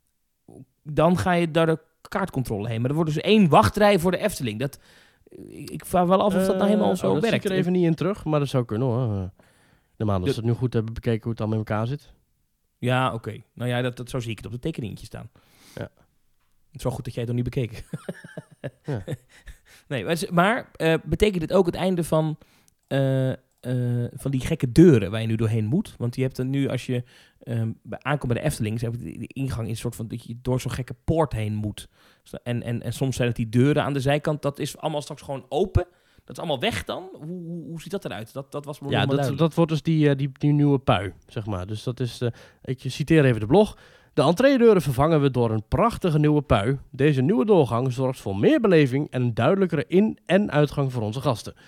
dan ga je daar de kaartcontrole heen. Maar er wordt dus één wachtrij voor de Efteling. Dat, ik vraag wel af of dat nou helemaal zo uh, oh, werkt. Dat zie ik er even niet in terug, maar dat zou kunnen hoor. Normaal dat ze het nu goed hebben bekeken hoe het dan met elkaar zit. Ja, oké. Okay. Nou ja, dat, dat, zo zie ik het op de tekeningetje staan. Ja. Het is wel goed dat jij het nog niet bekeken. ja. Nee, maar uh, betekent dit ook het einde van, uh, uh, van die gekke deuren waar je nu doorheen moet? Want je hebt er nu, als je uh, aankomt bij de Efteling, de, de ingang is een soort van dat je door zo'n gekke poort heen moet. En, en, en soms zijn het die deuren aan de zijkant, dat is allemaal straks gewoon open. Dat is allemaal weg dan? Hoe, hoe, hoe ziet dat eruit? Dat, dat was me ja, dat, dat wordt dus die, uh, die, die nieuwe pui, zeg maar. Dus dat is, uh, ik citeer even de blog. De entreedeuren vervangen we door een prachtige nieuwe pui. Deze nieuwe doorgang zorgt voor meer beleving en een duidelijkere in- en uitgang voor onze gasten.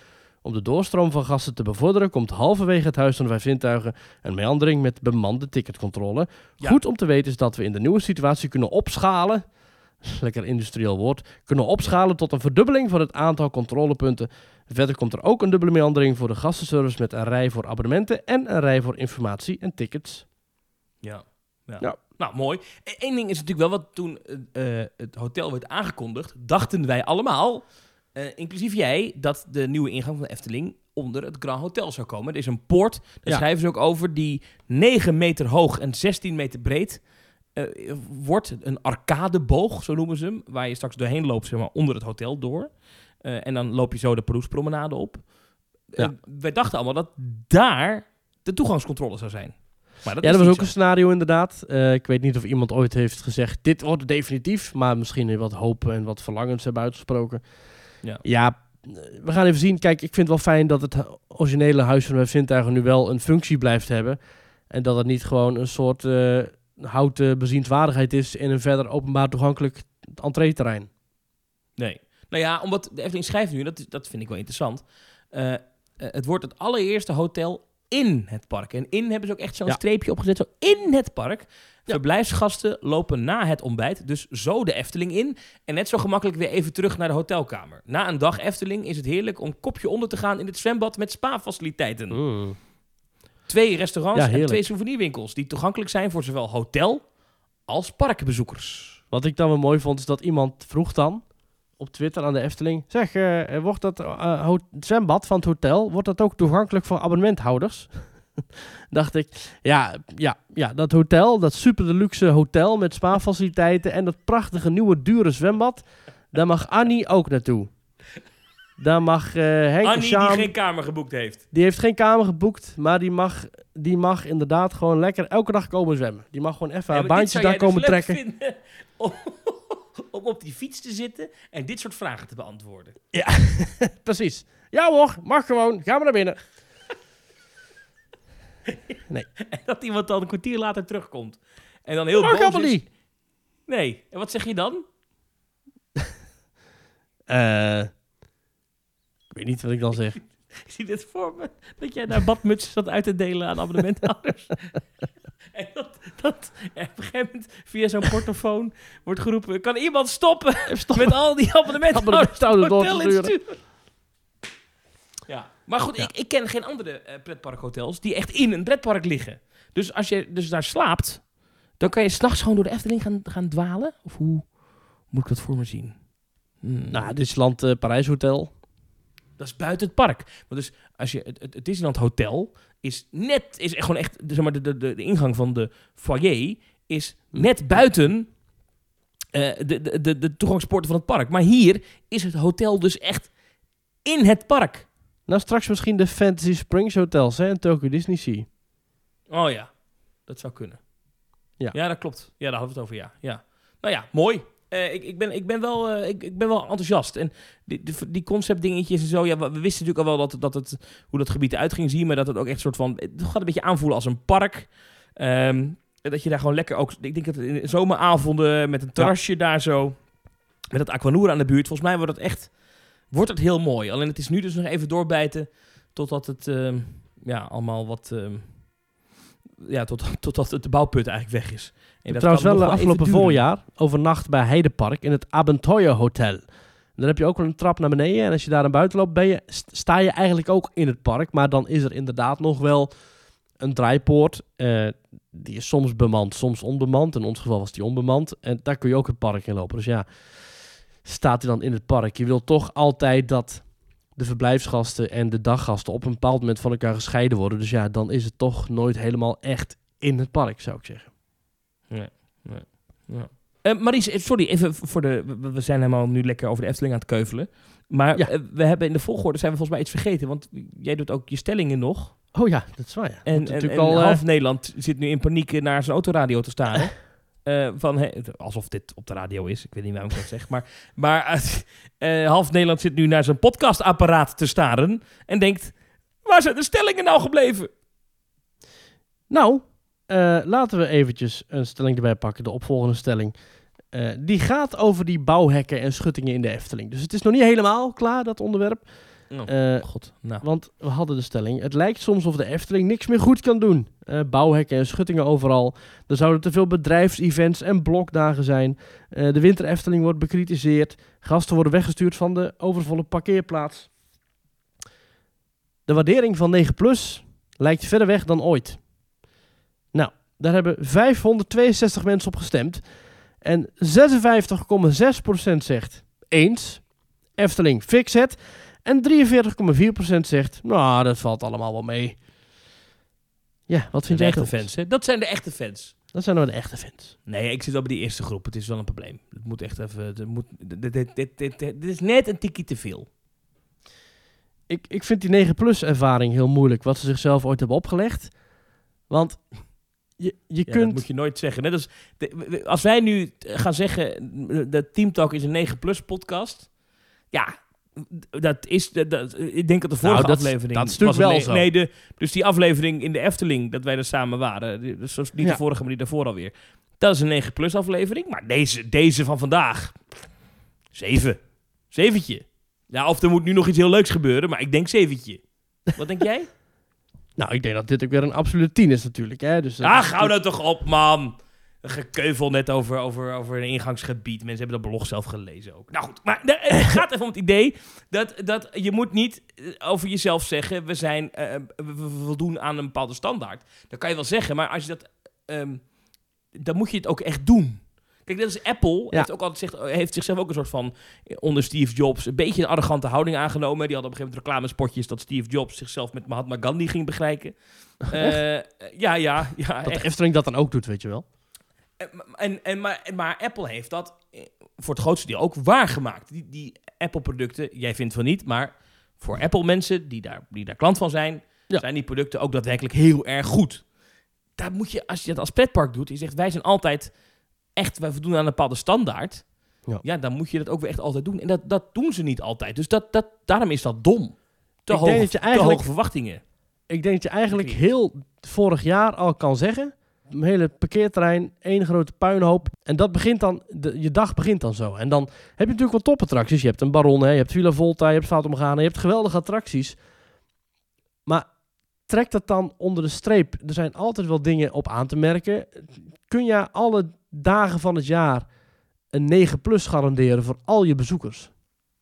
Om de doorstroom van gasten te bevorderen komt halverwege het Huis van de Vijf Zintuigen een meandering met bemande ticketcontrole. Ja. Goed om te weten is dat we in de nieuwe situatie kunnen opschalen, lekker industrieel woord, kunnen opschalen tot een verdubbeling van het aantal controlepunten. Verder komt er ook een dubbele meandering voor de gastenservice met een rij voor abonnementen en een rij voor informatie en tickets. Ja, ja. ja. Nou, mooi. Eén ding is natuurlijk wel, wat toen uh, het hotel werd aangekondigd, dachten wij allemaal, uh, inclusief jij, dat de nieuwe ingang van de Efteling onder het Grand Hotel zou komen. Er is een poort, daar ja. schrijven ze ook over, die negen meter hoog en zestien meter breed uh, wordt. Een arcadeboog, zo noemen ze hem, waar je straks doorheen loopt, zeg maar, onder het hotel door. Uh, en dan loop je zo de Paroespromenade op. Ja. Uh, wij dachten allemaal dat daar de toegangscontrole zou zijn. Maar dat ja, is dat was ook zo. een scenario inderdaad. Uh, ik weet niet of iemand ooit heeft gezegd, dit wordt definitief. Maar misschien wat hopen en wat verlangens hebben uitgesproken. Ja. ja, we gaan even zien. Kijk, ik vind het wel fijn dat het originele Huis van de Vijf Zintuigen nu wel een functie blijft hebben. En dat het niet gewoon een soort uh, houten bezienswaardigheid is in een verder openbaar toegankelijk entreeterrein. Nee. Nou ja, omdat de Efteling schrijft nu, dat, dat vind ik wel interessant. Uh, uh, het wordt het allereerste hotel in het park. En in hebben ze ook echt zo'n ja. streepje opgezet, zo in het park. Ja. Verblijfsgasten lopen na het ontbijt, dus zo de Efteling in. En net zo gemakkelijk weer even terug naar de hotelkamer. Na een dag Efteling is het heerlijk om kopje onder te gaan in het zwembad met spa-faciliteiten. Mm. Twee restaurants ja, en twee souvenirwinkels die toegankelijk zijn voor zowel hotel als parkbezoekers. Wat ik dan wel mooi vond, is dat iemand vroeg dan op Twitter aan de Efteling, zeg, uh, wordt dat uh, ho- het zwembad van het hotel, wordt dat ook toegankelijk voor abonnementhouders? Dacht ik, ja, ja, ja, dat hotel, dat super deluxe hotel met spa-faciliteiten en dat prachtige nieuwe dure zwembad, daar mag Annie ook naartoe. Daar mag uh, Henk Annie Sjaan, die geen kamer geboekt heeft. Die heeft geen kamer geboekt, maar die mag, die mag inderdaad gewoon lekker elke dag komen zwemmen. Die mag gewoon even haar ja, baantjes daar komen dus trekken. Om, om op die fiets te zitten en dit soort vragen te beantwoorden. Ja, precies. Ja hoor, mag gewoon. Gaan we naar binnen. Nee. En dat iemand dan een kwartier later terugkomt. En dan heel mag boos helemaal is. niet. Nee. En wat zeg je dan? Uh, ik weet niet wat ik dan zeg. Ik zie dit voor me. Dat jij daar badmutsen zat uit te delen aan abonnementhouders. En dat, dat en op een gegeven moment via zo'n portofoon wordt geroepen, kan iemand stoppen, stoppen. met al die abonnementhouders door te sturen? Ja. Maar goed, ja. ik, ik ken geen andere uh, pretparkhotels die echt in een pretpark liggen. Dus als je dus daar slaapt, dan kan je s'nachts gewoon door de Efteling gaan, gaan dwalen? Of hoe moet ik dat voor me zien? Hmm. Nou, Disneyland uh, Parijs Hotel. Dat is buiten het park. Want dus als je het, het, het Disneyland Hotel is net, is gewoon echt, zeg maar, de, de, de ingang van de foyer is net buiten uh, de, de, de, de toegangspoorten van het park. Maar hier is het hotel dus echt in het park. Nou, straks misschien de Fantasy Springs hotels, hè, en Tokyo Disney Sea. Oh ja, dat zou kunnen. Ja, ja dat klopt. Ja, daar hadden we het over, ja. ja. Nou ja, mooi. Uh, ik, ik, ben, ik, ben wel, uh, ik, ik ben wel enthousiast. En die, die, die conceptdingetjes en zo, ja, we, we wisten natuurlijk al wel dat, dat het, hoe dat gebied eruit ging zien, maar dat het ook echt een soort van, het gaat een beetje aanvoelen als een park. Um, dat je daar gewoon lekker ook, ik denk dat in de zomeravonden met een terrasje ja. daar zo, met het Aquanura aan de buurt, volgens mij wordt het echt, wordt het heel mooi. Alleen het is nu dus nog even doorbijten totdat het, uh, ja, allemaal wat, uh, ja, tot, totdat het de bouwput eigenlijk weg is. En dat trouwens wel afgelopen voorjaar overnacht bij Heidepark in het Abenteuer Hotel. Dan heb je ook wel een trap naar beneden. En als je daar naar buiten loopt, ben je, sta je eigenlijk ook in het park. Maar dan is er inderdaad nog wel een draaipoort. Uh, die is soms bemand, soms onbemand. In ons geval was die onbemand. En daar kun je ook het park in lopen. Dus ja, staat hij dan in het park. Je wilt toch altijd dat de verblijfsgasten en de daggasten op een bepaald moment van elkaar gescheiden worden. Dus ja, dan is het toch nooit helemaal echt in het park, zou ik zeggen. Nee, nee, ja. Uh, Maries, sorry, even voor de... We, we zijn helemaal nu lekker over de Efteling aan het keuvelen. Maar ja. uh, we hebben in de volgorde zijn we volgens mij iets vergeten. Want jij doet ook je stellingen nog. Oh ja, dat is waar. Ja. En, en, en al, half uh, Nederland zit nu in paniek naar zijn autoradio te staren. Uh, van, hey, alsof dit op de radio is. Ik weet niet waarom ik dat zeg. Maar, maar uh, uh, half Nederland zit nu naar zijn podcastapparaat te staren. En denkt, waar zijn de stellingen nou gebleven? Nou... Uh, laten we eventjes een stelling erbij pakken, de opvolgende stelling. Uh, die gaat over die bouwhekken en schuttingen in de Efteling. Dus het is nog niet helemaal klaar, dat onderwerp. Oh, uh, God. Nou. Want we hadden de stelling, het lijkt soms of de Efteling niks meer goed kan doen. Uh, bouwhekken en schuttingen overal. Er zouden te veel bedrijfsevents en blokdagen zijn. Uh, de winter Efteling wordt bekritiseerd. Gasten worden weggestuurd van de overvolle parkeerplaats. De waardering van negen plus lijkt verder weg dan ooit. Nou, daar hebben vijfhonderdtweeënzestig mensen op gestemd. En zesenvijftig komma zes procent zegt eens. Efteling, fix het. En drieënveertig komma vier procent zegt, nou, dat valt allemaal wel mee. Ja, wat vind de jij echte fans, hè? Dat zijn de echte fans. Dat zijn nou de echte fans. Nee, ik zit wel bij die eerste groep. Het is wel een probleem. Het moet echt even... Het moet, dit, dit, dit, dit, dit is net een tikkie te veel. Ik, ik vind die negen plus ervaring heel moeilijk, wat ze zichzelf ooit hebben opgelegd. Want je, je ja, kunt... dat moet je nooit zeggen. Net als, de, als wij nu gaan zeggen, de Team Talk is een negen plus podcast. Ja, dat is... Dat, dat, ik denk dat de vorige nou, dat, aflevering... Dat is natuurlijk wel ne- zo. Nee, de, dus die aflevering in de Efteling, dat wij er samen waren. Dus niet ja. de vorige, maar die daarvoor alweer. Dat is een negen plus aflevering. Maar deze, deze van vandaag... zeven. Zeventje. Ja, of er moet nu nog iets heel leuks gebeuren, maar ik denk zeventje. Wat denk jij? Nou, ik denk dat dit ook weer een absolute tien is natuurlijk. Hè? Dus ah, gauw nou toch op, man. Een gekeuvel net over, over, over een ingangsgebied. Mensen hebben dat blog zelf gelezen ook. Nou goed, maar het gaat even om het idee dat, dat je moet niet over jezelf zeggen, we, zijn, uh, we, we voldoen aan een bepaalde standaard. Dat kan je wel zeggen, maar als je dat, um, dan moet je het ook echt doen. Kijk, dat is Apple. Ja. Heeft, ook altijd zich, heeft zichzelf ook een soort van, onder Steve Jobs, een beetje een arrogante houding aangenomen. Die had op een gegeven moment reclamespotjes dat Steve Jobs zichzelf met Mahatma Gandhi ging begelijken. Uh, ja, ja, ja. Dat echt. de Efteling dat dan ook doet, weet je wel. En, en, maar, maar Apple heeft dat voor het grootste deel ook waargemaakt. Die, die Apple-producten, jij vindt van niet, maar voor Apple-mensen die daar, die daar klant van zijn, ja. zijn die producten ook daadwerkelijk heel erg goed. Daar moet je, als je dat als pretpark doet, je zegt wij zijn altijd echt, wij voldoen aan een bepaalde standaard. Ja. ja, dan moet je dat ook weer echt altijd doen. En dat, dat doen ze niet altijd. Dus dat, dat, daarom is dat dom. Te, ik hoog, denk dat je eigenlijk, te hoge verwachtingen. Ik denk dat je eigenlijk heel vorig jaar al kan zeggen, een hele parkeerterrein, één grote puinhoop. En dat begint dan, de, je dag begint dan zo. En dan heb je natuurlijk wel topattracties. Je hebt een Baron, hè, je hebt Villa Volta, je hebt Fata Morgana, je hebt geweldige attracties. Maar trek dat dan onder de streep. Er zijn altijd wel dingen op aan te merken. Kun je alle dagen van het jaar een negen plus garanderen voor al je bezoekers?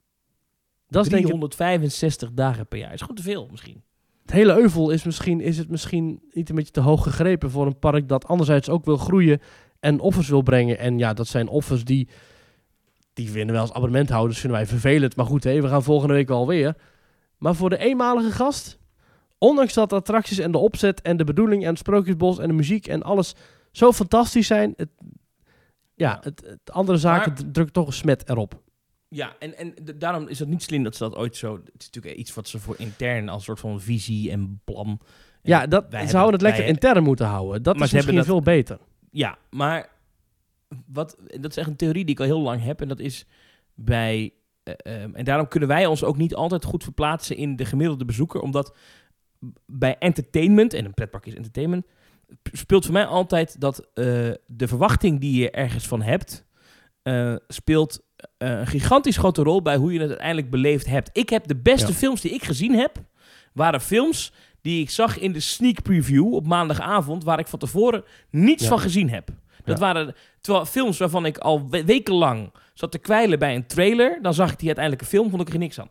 Dat is driehonderdvijfenzestig denk ik, dagen per jaar. Is gewoon te veel misschien. Het hele euvel is, misschien, is het misschien niet een beetje te hoog gegrepen voor een park dat anderzijds ook wil groeien en offers wil brengen. En ja, dat zijn offers die, die vinden wij als abonnementhouders vinden wij vervelend. Maar goed, hé, we gaan volgende week wel weer. Maar voor de eenmalige gast, ondanks dat de attracties en de opzet en de bedoeling en het Sprookjesbos en de muziek en alles zo fantastisch zijn, het, ja, het, het andere zaken maar, drukken toch een smet erop. Ja, en, en de, daarom is het niet slim dat ze dat ooit zo... Het is natuurlijk iets wat ze voor intern als soort van visie en plan... En ja, dat, ze zouden het lekker intern moeten houden. Dat is misschien dat, veel beter. Ja, maar wat, dat is echt een theorie die ik al heel lang heb. En dat is bij... Uh, um, en daarom kunnen wij ons ook niet altijd goed verplaatsen in de gemiddelde bezoeker. Omdat bij entertainment, en een pretpark is entertainment... speelt voor mij altijd dat uh, de verwachting die je ergens van hebt... Uh, speelt... Uh, een gigantisch grote rol bij hoe je het uiteindelijk beleefd hebt. Ik heb de beste ja. films die ik gezien heb, waren films die ik zag in de sneak preview op maandagavond, waar ik van tevoren niets ja. van gezien heb. Dat ja. waren terwijl films waarvan ik al we- wekenlang zat te kwijlen bij een trailer, dan zag ik die uiteindelijke film, vond ik er niks aan.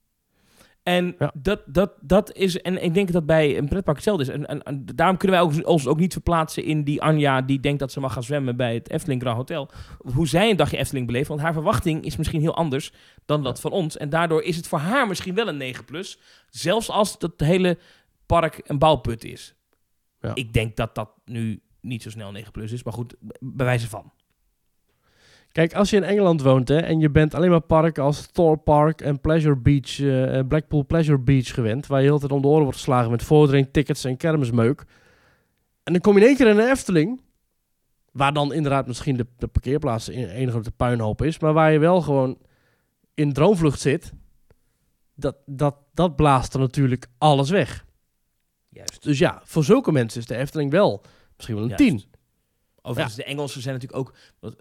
En ja. dat, dat, dat is, en ik denk dat bij een pretpark hetzelfde is. En, en, en daarom kunnen wij ook, ons ook niet verplaatsen in die Anja die denkt dat ze mag gaan zwemmen bij het Efteling Grand Hotel. Hoe zij een dagje Efteling beleeft, want haar verwachting is misschien heel anders dan dat ja. van ons. En daardoor is het voor haar misschien wel een negen plus, zelfs als dat hele park een bouwput is. Ja. Ik denk dat dat nu niet zo snel negen plus is, maar goed, bij wijze van. Kijk, als je in Engeland woont hè, en je bent alleen maar parken als Thor Park en Pleasure Beach, uh, Blackpool Pleasure Beach gewend, waar je heel tijd om de oren wordt geslagen met vordering, tickets en kermismeuk. En dan kom je in één keer in een Efteling, waar dan inderdaad misschien de, de parkeerplaats in een grote puinhoop is, maar waar je wel gewoon in droomvlucht zit, dat, dat, dat blaast er natuurlijk alles weg. Juist. Dus ja, voor zulke mensen is de Efteling wel misschien wel een Juist. tien. Overigens, ja. de Engelsen zijn natuurlijk ook...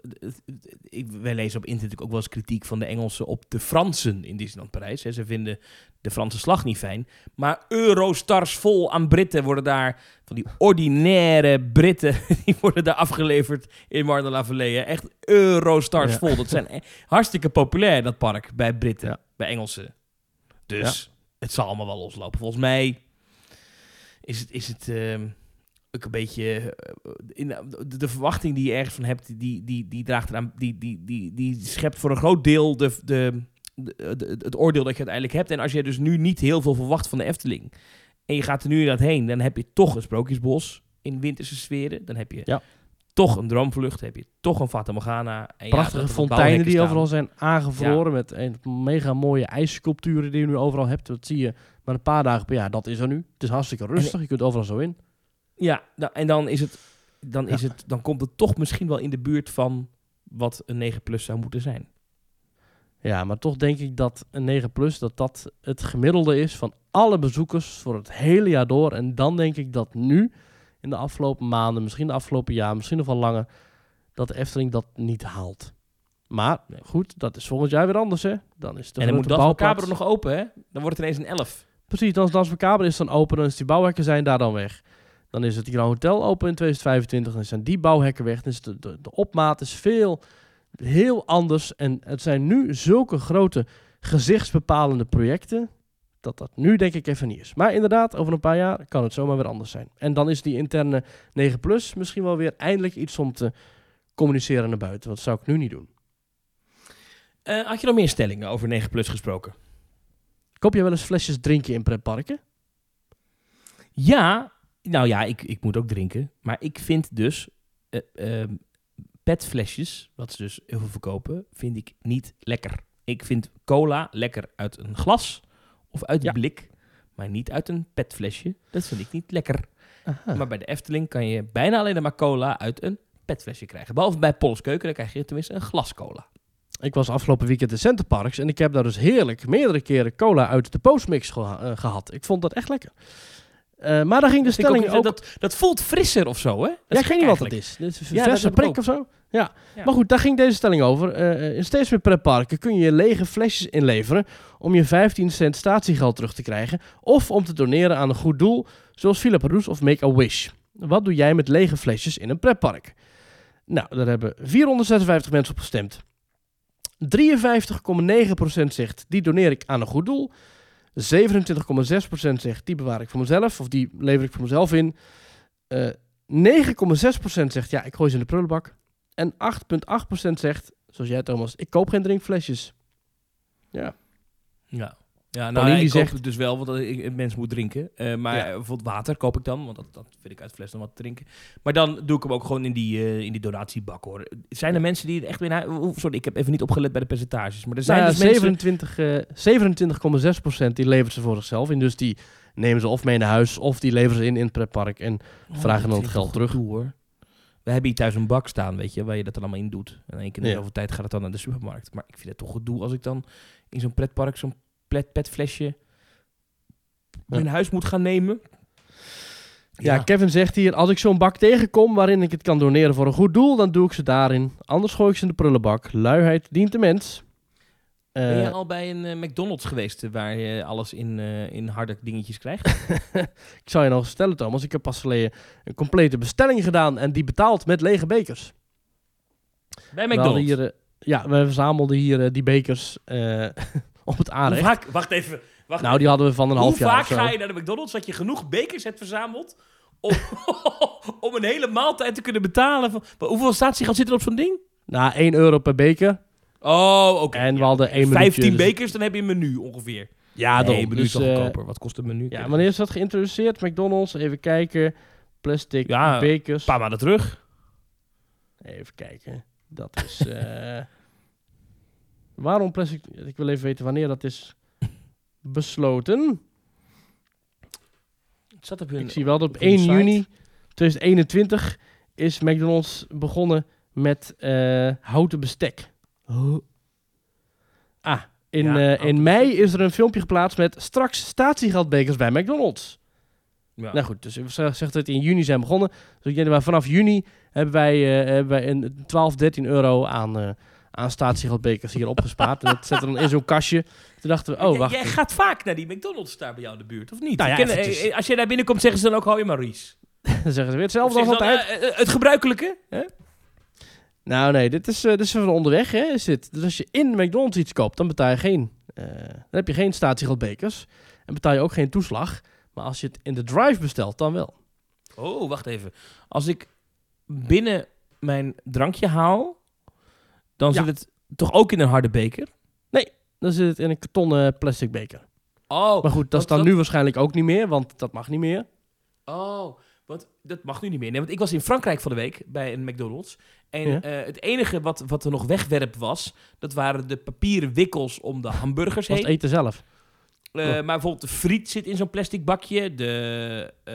Ik, wij lezen op internet natuurlijk ook wel eens kritiek van de Engelsen op de Fransen in Disneyland Parijs. Hè. Ze vinden de Franse slag niet fijn. Maar Eurostars vol aan Britten worden daar... Van die ordinaire Britten, die worden daar afgeleverd in Mar de la Vallée. Echt Eurostars ja. vol. Dat zijn hartstikke populair, dat park, bij Britten, ja. bij Engelsen. Dus ja. het zal allemaal wel loslopen. Volgens mij is het... Is het uh, ook een beetje uh, in de, de verwachting die je ergens van hebt, die, die, die draagt eraan, die, die, die, die schept voor een groot deel de, de, de, de, het oordeel dat je uiteindelijk hebt. En als je dus nu niet heel veel verwacht van de Efteling en je gaat er nu inderdaad heen, dan heb je toch een Sprookjesbos in winterse sferen. Dan heb je ja. toch een Droomvlucht, heb je toch een Fata Morgana. En prachtige ja, fonteinen die staan. Overal zijn aangevroren ja. met een mega mooie ijssculpturen die je nu overal hebt. Dat zie je maar een paar dagen per jaar. Dat is er nu. Het is hartstikke rustig. En, je kunt overal zo in. Ja, nou, en dan is het, dan is ja. het, dan komt het toch misschien wel in de buurt van wat een negen plus zou moeten zijn. Ja, maar toch denk ik dat een negen plus, dat dat het gemiddelde is van alle bezoekers voor het hele jaar door. En dan denk ik dat nu, in de afgelopen maanden, misschien de afgelopen jaar, misschien nog wel langer, dat de Efteling dat niet haalt. Maar nee. goed, dat is volgend jaar weer anders, hè. Dan is de en dan moet Dans Macabre nog open, hè. Dan wordt het ineens een elf. Precies, dan is Dans Macabre is dan open, dan is die bouwhekken zijn daar dan weg. Dan is het Grand Hotel open in twintig vijfentwintig. Dan zijn die bouwhekken weg. Dus de, de, de opmaat is veel, heel anders. En het zijn nu zulke grote gezichtsbepalende projecten, dat dat nu denk ik even niet is. Maar inderdaad, over een paar jaar kan het zomaar weer anders zijn. En dan is die interne negen plus misschien wel weer eindelijk iets om te communiceren naar buiten. Dat zou ik nu niet doen. Uh, had je nog meer stellingen over negen plus gesproken? Koop je wel eens flesjes drinken in pretparken? Ja... Nou ja, ik, ik moet ook drinken. Maar ik vind dus uh, uh, petflesjes, wat ze dus heel veel verkopen, vind ik niet lekker. Ik vind cola lekker uit een glas of uit een ja. blik, maar niet uit een petflesje. Dat vind ik niet lekker. Aha. Maar bij de Efteling kan je bijna alleen maar cola uit een petflesje krijgen. Behalve bij Pols Keuken, dan krijg je tenminste een glas cola. Ik was afgelopen weekend in Centerparks en ik heb daar dus heerlijk meerdere keren cola uit de Postmix geha- uh, gehad. Ik vond dat echt lekker. Uh, maar daar ging de stelling ook... ook... Dat, dat voelt frisser of zo, hè? Dat ja, ik weet niet wat het is. Dit is een ja, verse prik of zo. Ja. ja, maar goed, daar ging deze stelling over. Uh, in steeds meer pretparken kun je lege flesjes inleveren om je vijftien cent statiegeld terug te krijgen of om te doneren aan een goed doel, zoals Villa Pardoes of Make-A-Wish. Wat doe jij met lege flesjes in een pretpark? Nou, daar hebben vierhonderdzesenvijftig mensen op gestemd. drieënvijftig komma negen procent zegt, die doneer ik aan een goed doel. zevenentwintig komma zes procent zegt, die bewaar ik voor mezelf. Of die lever ik voor mezelf in. Uh, negen komma zes procent zegt, ja, ik gooi ze in de prullenbak. En acht komma acht procent zegt, zoals jij Thomas, ik koop geen drinkflesjes. Ja. Ja. Ja, nou, ja, ik koop het dus wel, want een mens moet drinken. Uh, maar ja. bijvoorbeeld water koop ik dan, want dat, dat vind ik uit fles dan wat te drinken. Maar dan doe ik hem ook gewoon in die, uh, in die donatiebak, hoor. Zijn er mensen die het echt weer... Sorry, ik heb even niet opgelet bij de percentages. Maar er zijn nou ja, dus zevenentwintig, uh, zevenentwintig komma zes procent die levert ze voor zichzelf in. Dus die nemen ze of mee naar huis, of die leveren ze in in het pretpark en oh, vragen dan het geld terug. Toe, hoor. We hebben hier thuis een bak staan, weet je, waar je dat dan allemaal in doet. En één keer in de zoveel tijd gaat het dan naar de supermarkt. Maar ik vind het toch gedoe als ik dan in zo'n pretpark zo'n plet petflesje in ja. huis moet gaan nemen. Ja, ja, Kevin zegt hier, als ik zo'n bak tegenkom waarin ik het kan doneren voor een goed doel, dan doe ik ze daarin. Anders gooi ik ze in de prullenbak. Luiheid dient de mens. Uh, ben je al bij een uh, McDonald's geweest uh, waar je alles in, uh, in harde dingetjes krijgt? Ik zou je nog vertellen, Thomas. Ik heb pas geleden een complete bestelling gedaan en die betaald met lege bekers. Bij McDonald's? Hier, uh, ja, we verzamelden hier uh, die bekers uh, op het aanrecht. Vaak, wacht even. Wacht nou, die hadden we van een half jaar. Hoe vaak ga je naar de McDonald's dat je genoeg bekers hebt verzameld om, om een hele maaltijd te kunnen betalen? Van, hoeveel statiegeld zit er op zo'n ding? Nou, één euro per beker. Oh, oké. Okay. En we hadden één minuutje. vijftien dus... bekers, dan heb je een menu ongeveer. Ja, nee, een menu dus, is toch uh, goedkoper. Wat kost een menu? Ja, wanneer is dat geïntroduceerd? McDonald's, even kijken. Plastic ja, bekers. een paar maanden terug. Even kijken. Dat is... Uh... Waarom plastic... Ik wil even weten wanneer dat is besloten. Het zat op hun, Ik zie wel dat op één juni tweeduizend eenentwintig is McDonald's begonnen met uh, houten bestek. Oh. Ah, in, ja, uh, in mei is er een filmpje geplaatst met straks statiegeldbekers bij McDonald's. Ja. Nou goed, dus ik zeg dat het in juni zijn begonnen. Dus maar vanaf juni hebben wij, uh, hebben wij een twaalf, dertien euro aan, uh, aan statiegeldbekers hier opgespaard. En dat zetten we dan in zo'n kastje. Toen dachten we, oh wacht. Jij gaat vaak naar die McDonald's daar bij jou in de buurt, of niet? Nou ja, ken, uh, als je daar binnenkomt, zeggen ze dan ook, hou je Maurice. Dan zeggen ze weer hetzelfde als altijd. Dan, uh, het gebruikelijke, hè? Nou nee, dit is, uh, dit is van onderweg, hè, is dit. Dus als je in McDonald's iets koopt, dan betaal je geen, uh, dan heb je geen statiegeldbekers. En betaal je ook geen toeslag. Maar als je het in de drive bestelt, dan wel. Oh, wacht even. Als ik binnen mijn drankje haal, dan ja. zit het toch ook in een harde beker? Nee, dan zit het in een kartonnen plastic beker. Oh. Maar goed, dat is dan dat... nu waarschijnlijk ook niet meer, want dat mag niet meer. Oh, want dat mag nu niet meer. Nee, want ik was in Frankrijk van de week bij een McDonald's. En ja. uh, het enige wat, wat er nog wegwerp was, dat waren de papieren wikkels om de hamburgers heen. Dat eten zelf. Uh, oh. Maar bijvoorbeeld de friet zit in zo'n plastic bakje. De, uh,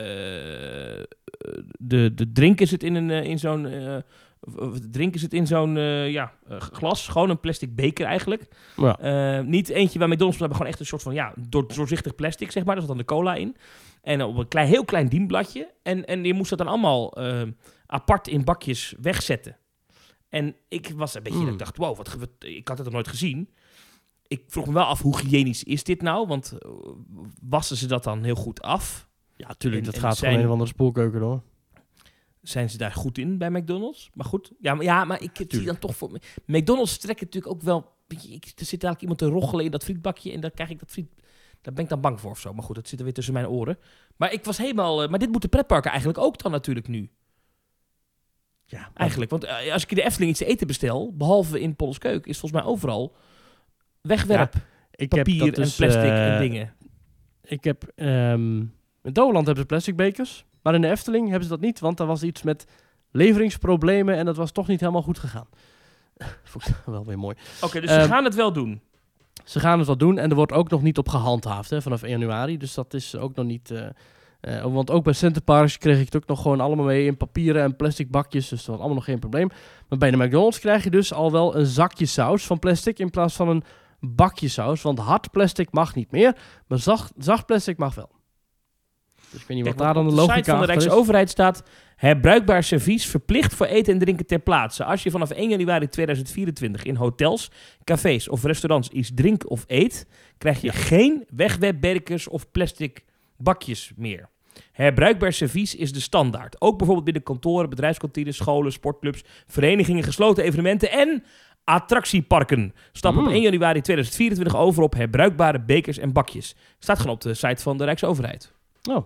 de, de drinken zit in, een, uh, in zo'n... Uh, de drinken zit in zo'n uh, ja, uh, glas. Gewoon een plastic beker eigenlijk. Ja. Uh, niet eentje waar McDonald's hebben. Gewoon echt een soort van ja, door, doorzichtig plastic, zeg maar. Daar zat dan de cola in. En op een klein, heel klein dienbladje. En, en je moest dat dan allemaal uh, apart in bakjes wegzetten. En ik was een beetje... Mm. Dat ik dacht, wow, wat, wat, ik had het nog nooit gezien. Ik vroeg me wel af, hoe hygiënisch is dit nou? Want uh, wassen ze dat dan heel goed af? Ja, tuurlijk. En, dat en gaat zijn, gewoon een of andere spoelkeuken door. Zijn ze daar goed in bij McDonald's? Maar goed. Ja, maar, ja, maar ik tuurlijk. zie dan toch voor... McDonald's trekken natuurlijk ook wel... Ik, er zit eigenlijk iemand te roggelen in dat frietbakje... en dan krijg ik dat friet... Daar ben ik dan bang voor of zo. Maar goed, dat zit er weer tussen mijn oren. Maar ik was helemaal... Uh, maar dit moeten pretparken eigenlijk ook dan natuurlijk nu. Ja, maar... eigenlijk. Want uh, als ik in de Efteling iets te eten bestel... behalve in Polles Keuken... is volgens mij overal... wegwerp, ja, ik papier heb dat dus, en plastic uh, en dingen. Ik heb... Um, in Toverland hebben ze plastic bekers... Maar in de Efteling hebben ze dat niet, want er was iets met leveringsproblemen en dat was toch niet helemaal goed gegaan. Vond ik wel weer mooi. Oké, okay, dus um, ze gaan het wel doen? Ze gaan het wel doen en er wordt ook nog niet op gehandhaafd hè, vanaf januari. Dus dat is ook nog niet... Uh, uh, want ook bij Centerparks kreeg ik het ook nog gewoon allemaal mee in papieren en plastic bakjes. Dus dat was allemaal nog geen probleem. Maar bij de McDonald's krijg je dus al wel een zakje saus van plastic in plaats van een bakje saus. Want hard plastic mag niet meer, maar zacht, zacht plastic mag wel. Dus ik weet niet Kijk, wat daar dan de logica achter is. Op de site van de Rijksoverheid staat... herbruikbaar servies verplicht voor eten en drinken ter plaatse. Als je vanaf één januari tweeduizend vierentwintig in hotels, cafés of restaurants iets drinkt of eet... krijg je ja. geen wegwerpbekers of plastic bakjes meer. Herbruikbaar servies is de standaard. Ook bijvoorbeeld binnen kantoren, bedrijfskantines, scholen, sportclubs... verenigingen, gesloten evenementen en... attractieparken. Stap mm. op één januari tweeduizend vierentwintig over op herbruikbare bekers en bakjes. Staat gewoon op de site van de Rijksoverheid. Oh.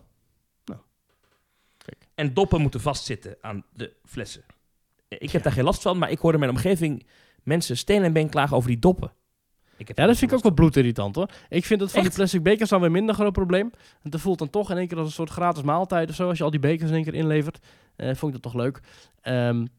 En doppen moeten vastzitten aan de flessen. Ik heb ja. daar geen last van, maar ik hoorde in mijn omgeving mensen steen en been klagen over die doppen. Ik heb ja, dat vind ik ook wel bloedirritant hoor. Ik vind dat van Echt? die plastic bekers dan weer minder groot probleem. En dat voelt dan toch in één keer als een soort gratis maaltijd of zo. Als je al die bekers in één keer inlevert. Uh, vond ik dat toch leuk. Um,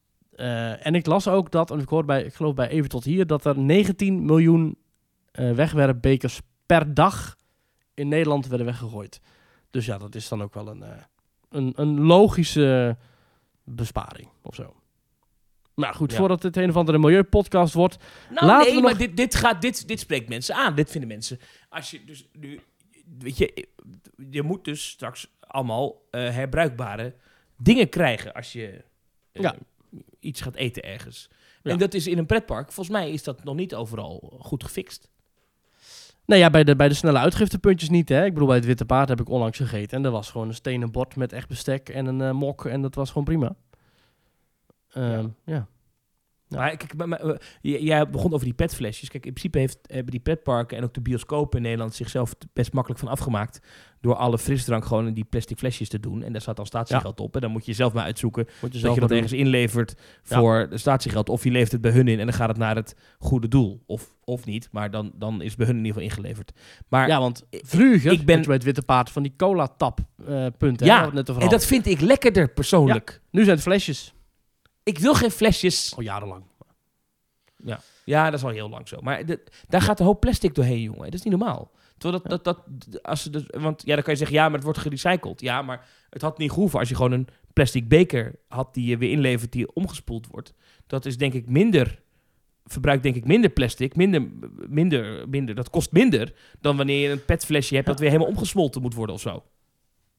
uh, en ik las ook dat, en ik hoorde bij, ik geloof bij Even Tot Hier, dat er negentien miljoen uh, wegwerpbekers per dag in Nederland werden weggegooid. Dus ja, dat is dan ook wel een... Uh, Een, een logische besparing of zo. Nou goed, ja. voordat het een of andere milieupodcast wordt... Nou laten nee, we nog... maar dit, dit, gaat, dit, dit spreekt mensen aan. Dit vinden mensen... Als je dus nu... Weet je, je moet dus straks allemaal uh, herbruikbare dingen krijgen... als je uh, ja. iets gaat eten ergens. Ja. En dat is in een pretpark... Volgens mij is dat nog niet overal goed gefixt. Nou ja, bij de, bij de snelle uitgiftepuntjes niet, hè. Ik bedoel, bij het Witte Paard heb ik onlangs gegeten. En er was gewoon een stenen bord met echt bestek en een uh, mok. En dat was gewoon prima. Uh, ja. ja. Ja. Maar kijk, maar, maar, uh, jij begon over die petflesjes. Kijk, in principe heeft, hebben die petparken en ook de bioscopen in Nederland zichzelf best makkelijk van afgemaakt. Door alle frisdrank gewoon in die plastic flesjes te doen. En daar staat dan statiegeld ja. op. En dan moet je zelf maar uitzoeken moet je dat je dat ergens inlevert voor ja. de statiegeld. Of je levert het bij hun in en dan gaat het naar het goede doel. Of, of niet, maar dan, dan is het bij hun in ieder geval ingeleverd. Maar ja, want vroeger, ik ben bij het Witte Paard van die cola-tap uh, punten. Ja, hè, net en dat vind ik lekkerder persoonlijk. Ja, nu zijn het flesjes. Ik wil geen flesjes. Al jarenlang. Ja, ja, dat is al heel lang zo. Maar de, daar gaat een hoop plastic doorheen, jongen. Dat is niet normaal. Terwijl dat, dat, dat, als ze dus, want ja, dan kan je zeggen, ja, maar het wordt gerecycled. Ja, maar het had niet gehoeven als je gewoon een plastic beker had die je weer inlevert, die omgespoeld wordt. Dat is denk ik minder, verbruikt denk ik minder plastic, minder, minder, minder. Dat kost minder dan wanneer je een petflesje hebt dat weer helemaal omgesmolten moet worden of zo.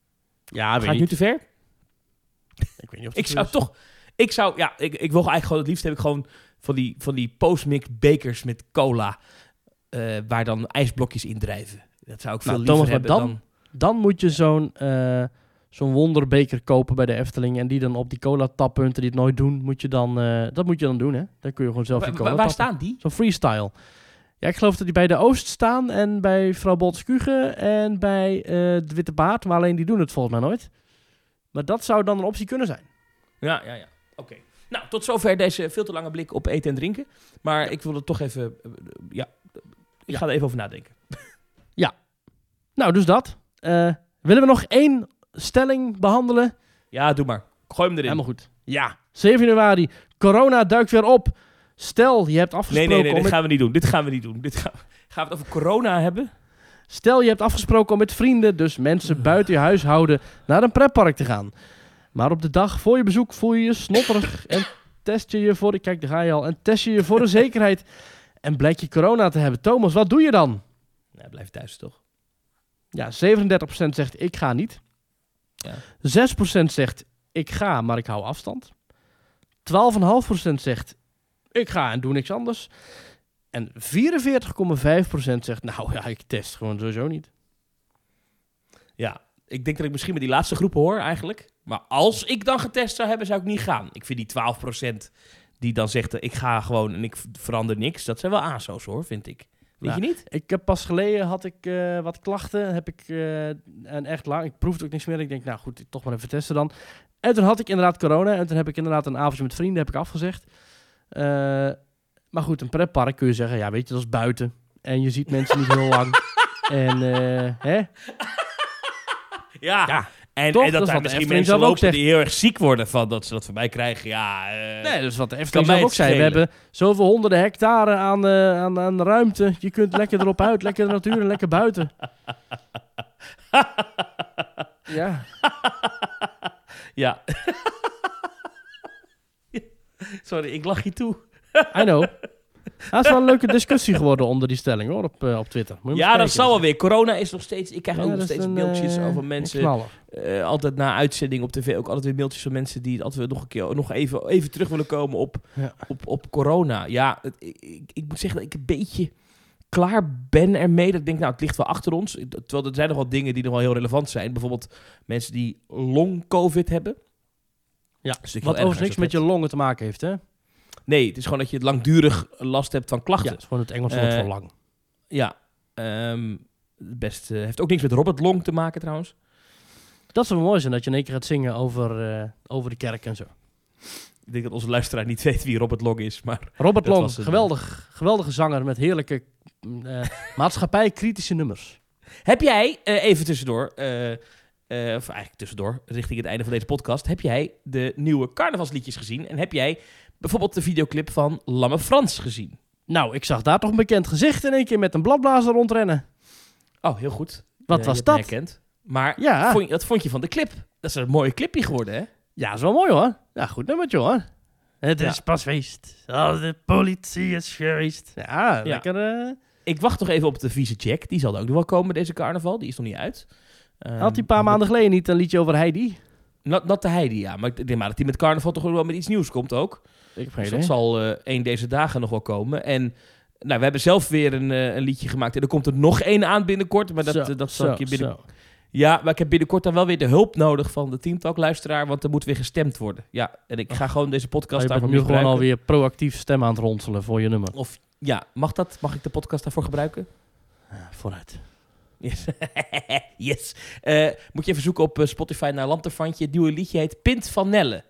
Ja, weet Ga ik nu niet. te ver? Ik weet niet of Ik het zou is. toch... Ik zou... Ja, ik, ik wil eigenlijk gewoon... Het liefst heb ik gewoon van die, van die postmix bekers met cola. Uh, waar dan ijsblokjes in drijven. Dat zou ik veel Nou, liever Thomas, hebben dan, dan... Dan moet je zo'n, uh, zo'n wonderbeker kopen bij de Efteling. En die dan op die cola-tappunten die het nooit doen, moet je dan, uh, dat moet je dan doen, hè? Dan kun je gewoon zelf Wa- je wa- cola Waar tappen. staan die? Zo'n freestyle. Ja, ik geloof dat die bij de Oost staan en bij Vrouw Boltskugge en bij uh, de Witte Baard. Maar alleen die doen het volgens mij nooit. Maar dat zou dan een optie kunnen zijn. Ja, ja, ja. Oké. Okay. Nou, tot zover deze veel te lange blik op eten en drinken. Maar ja. ik wil er toch even... Uh, ja, ik ja. ga er even over nadenken. Ja. Nou, dus dat. Uh, willen we nog één stelling behandelen? Ja, doe maar. Gooi hem erin. Helemaal goed. Ja. zeven januari. Corona duikt weer op. Stel, je hebt afgesproken... Nee, nee, nee. Dit met... gaan we niet doen. Dit gaan we niet doen. Dit gaan... gaan we het over corona hebben? Stel, je hebt afgesproken om met vrienden, dus mensen buiten je huishouden, naar een pretpark te gaan. Maar op de dag voor je bezoek voel je je snotterig en test je je voor... Kijk, daar ga je al. En test je je voor de zekerheid. En blijkt je corona te hebben. Thomas, wat doe je dan? Ja, blijf thuis toch? Ja, zevenendertig procent zegt ik ga niet. Ja. zes procent zegt ik ga, maar ik hou afstand. twaalf komma vijf procent zegt ik ga en doe niks anders. En vierenveertig komma vijf procent zegt nou ja, ik test gewoon sowieso niet. Ja, ik denk dat ik misschien met die laatste groepen hoor eigenlijk. Maar als ik dan getest zou hebben, zou ik niet gaan. Ik vind die twaalf procent die dan zegt ik ga gewoon en ik verander niks. Dat zijn wel A S O's hoor, vind ik. Weet Nou, je niet? Ik heb pas geleden had ik uh, wat klachten. Heb ik uh, en echt lang. Ik proefde ook niks meer. Ik denk, nou goed, toch maar even testen dan. En toen had ik inderdaad corona. En toen heb ik inderdaad een avondje met vrienden heb ik afgezegd. Uh, maar goed, een pretpark kun je zeggen, ja weet je, dat is buiten. En je ziet mensen niet heel lang. En uh, hè? Ja. ja. En, Toch? en dat, dat daar misschien mensen lopen die heel erg ziek worden van dat ze dat voorbij krijgen. Ja, uh, nee, dat is wat de Efteling zelf ook zei. We hebben zoveel honderden hectare aan, uh, aan, aan ruimte. Je kunt lekker erop uit, lekker de natuur en lekker buiten. Ja. Ja. Sorry, ik lach je toe. I know. Dat is wel een leuke discussie geworden onder die stelling hoor, op, uh, op Twitter. Moet je ja, dat zal wel weer. Corona is nog steeds... Ik krijg ja, ook nog steeds een, mailtjes uh, over mensen... Uh, altijd na uitzending op tv ook altijd weer mailtjes van mensen die altijd weer nog een keer nog even, even terug willen komen op, ja. op, op corona. Ja, het, ik, ik moet zeggen dat ik een beetje klaar ben ermee. Dat ik denk, nou, het ligt wel achter ons. Terwijl er zijn nog wel dingen die nog wel heel relevant zijn. Bijvoorbeeld mensen die long-covid hebben. Ja, wat overigens niks met je longen te maken heeft, hè? Nee, het is gewoon dat je langdurig last hebt van klachten. Ja, het is gewoon het Engelse woord uh, voor lang. Ja, um, best uh, heeft ook niks met Robert Long te maken trouwens. Dat zou wel mooi zijn, dat je in één keer gaat zingen over, uh, over de kerk en zo. Ik denk dat onze luisteraar niet weet wie Robert Long is, maar... Robert Long, een, geweldig, geweldige zanger met heerlijke uh, maatschappij-kritische nummers. Heb jij, uh, even tussendoor, uh, uh, of eigenlijk tussendoor, richting het einde van deze podcast, heb jij de nieuwe carnavalsliedjes gezien en heb jij... bijvoorbeeld de videoclip van Lamme Frans gezien? Nou, ik zag daar toch een bekend gezicht in één keer met een bladblazer rondrennen. Oh, heel goed. Wat uh, was dat? Herkend. Maar ja. vond je, wat vond je van de clip? Dat is een mooie clipje geworden, hè? Ja, dat is wel mooi hoor. Ja, goed nummertje hoor. Het is ja. pas feest als de politie is geweest. Ja, ja. lekker... Uh... Ik wacht nog even op de vieze Jack. Die zal ook nog wel komen deze carnaval. Die is nog niet uit. Um, Had hij een paar maanden geleden niet een liedje over Heidi? Nat, Natte Heidi, ja. Maar ik denk maar dat hij met carnaval toch wel met iets nieuws komt ook. Ik heb dus dat zal uh, één deze dagen nog wel komen. En nou, we hebben zelf weer een, uh, een liedje gemaakt. En er komt er nog één aan binnenkort. Maar dat, zo, uh, dat zal zo, ik je binnen... Zo. Ja, maar ik heb binnenkort dan wel weer de hulp nodig van de Teamtalk-luisteraar. Want er moet weer gestemd worden. Ja, en ik ga gewoon deze podcast oh, daarvoor gebruiken. Je bent nu gebruiken. gewoon alweer proactief stem aan het ronselen voor je nummer. Of ja, mag dat? Mag ik de podcast daarvoor gebruiken? Ja, vooruit. Yes. yes. Uh, moet je even zoeken op uh, Spotify naar Lanterfantje. Het nieuwe liedje heet Pint van Nelle.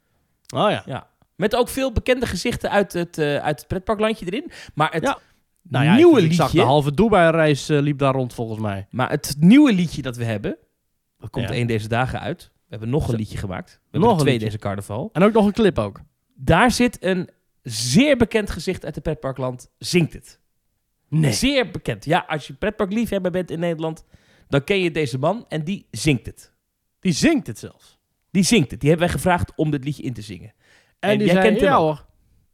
Oh ja. ja. Met ook veel bekende gezichten uit het, uh, uit het pretparklandje erin. Maar het ja. nou ja, nieuwe ik, liedje... Ik zag de halve Dubai-reis uh, liep daar rond volgens mij. Maar het nieuwe liedje dat we hebben... Dat komt ja. één deze dagen uit. We hebben nog een liedje gemaakt. We hebben nog er twee liedje. deze carnaval. En ook nog een clip ook. Daar zit een zeer bekend gezicht uit het pretparkland. Zingt het. Nee. Zeer bekend. Ja, als je pretparkliefhebber bent in Nederland... dan ken je deze man en die zingt het. Die zingt het zelfs? Die zingt het. Die hebben wij gevraagd om dit liedje in te zingen. En, en die jij zei, kent hem ja hoor.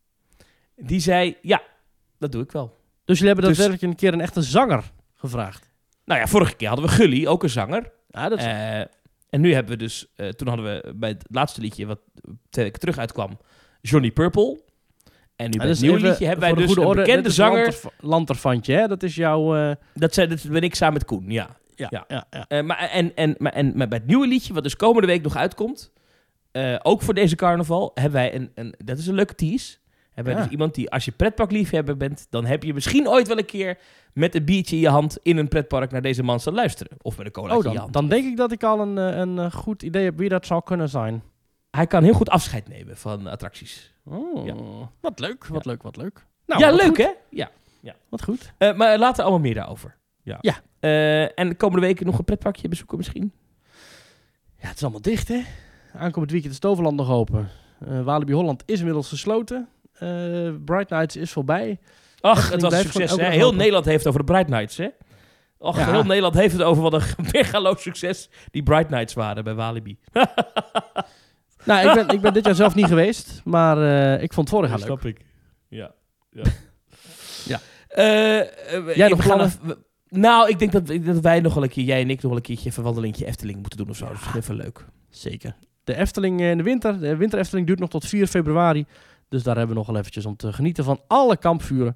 Die zei, ja, dat doe ik wel. Dus jullie hebben dus, daadwerkelijk een keer een echte zanger gevraagd? Nou ja, vorige keer hadden we Gully, ook een zanger. Ja, dat is... Uh, En nu hebben we dus... Uh, toen hadden we bij het laatste liedje, wat twee weken terug uitkwam, Johnny Purple. En nu bij het nieuwe liedje hebben wij dus een orde, bekende zanger... Lanterf- Lanterfantje, hè? Dat is jouw... Uh... Dat, zijn, dat ben ik samen met Koen, ja. Ja, ja. ja, ja. Uh, maar, en, en, maar, en maar bij het nieuwe liedje, wat dus komende week nog uitkomt... Uh, ook voor deze carnaval, hebben wij een... een dat is een leuke tease. Hebben wij ja. dus iemand die, als je pretparkliefhebber bent... dan heb je misschien ooit wel een keer... met een biertje in je hand in een pretpark naar deze man te luisteren. Of met een colaatje oh, dan, in je hand. Dan denk ik dat ik al een, een, een goed idee heb wie dat zou kunnen zijn. Hij kan heel goed afscheid nemen van attracties. Oh, ja. Wat leuk, wat ja. leuk, wat leuk. Nou, ja, leuk goed. hè? Ja. ja. Wat goed. Uh, maar later allemaal meer daarover. Ja. ja. Uh, en de komende weken nog een pretparkje bezoeken misschien? Ja, het is allemaal dicht hè. Aankomend weekend is Toverland nog open. Uh, Walibi Holland is inmiddels gesloten. Uh, Bright Nights is voorbij. Ach, het was een succes hè. Heel Nederland heeft over de Bright Nights hè. Och, ja. Heel Nederland heeft het over wat een megaloos succes die Bright Nights waren bij Walibi. Nou, ik ben, ik ben dit jaar zelf niet geweest, maar uh, ik vond het vorig jaar leuk. Snap ik. Ja. Ja. ja. Uh, uh, Jij nog plannen? Naar, nou, ik denk dat, dat wij nog wel een keer, jij en ik nog wel een keertje even wandelingetje Efteling moeten doen of zo. Ja. Dat is even leuk. Zeker. De Efteling in de winter, de winter Efteling duurt nog tot vier februari. Dus daar hebben we nog wel eventjes om te genieten van alle kampvuren.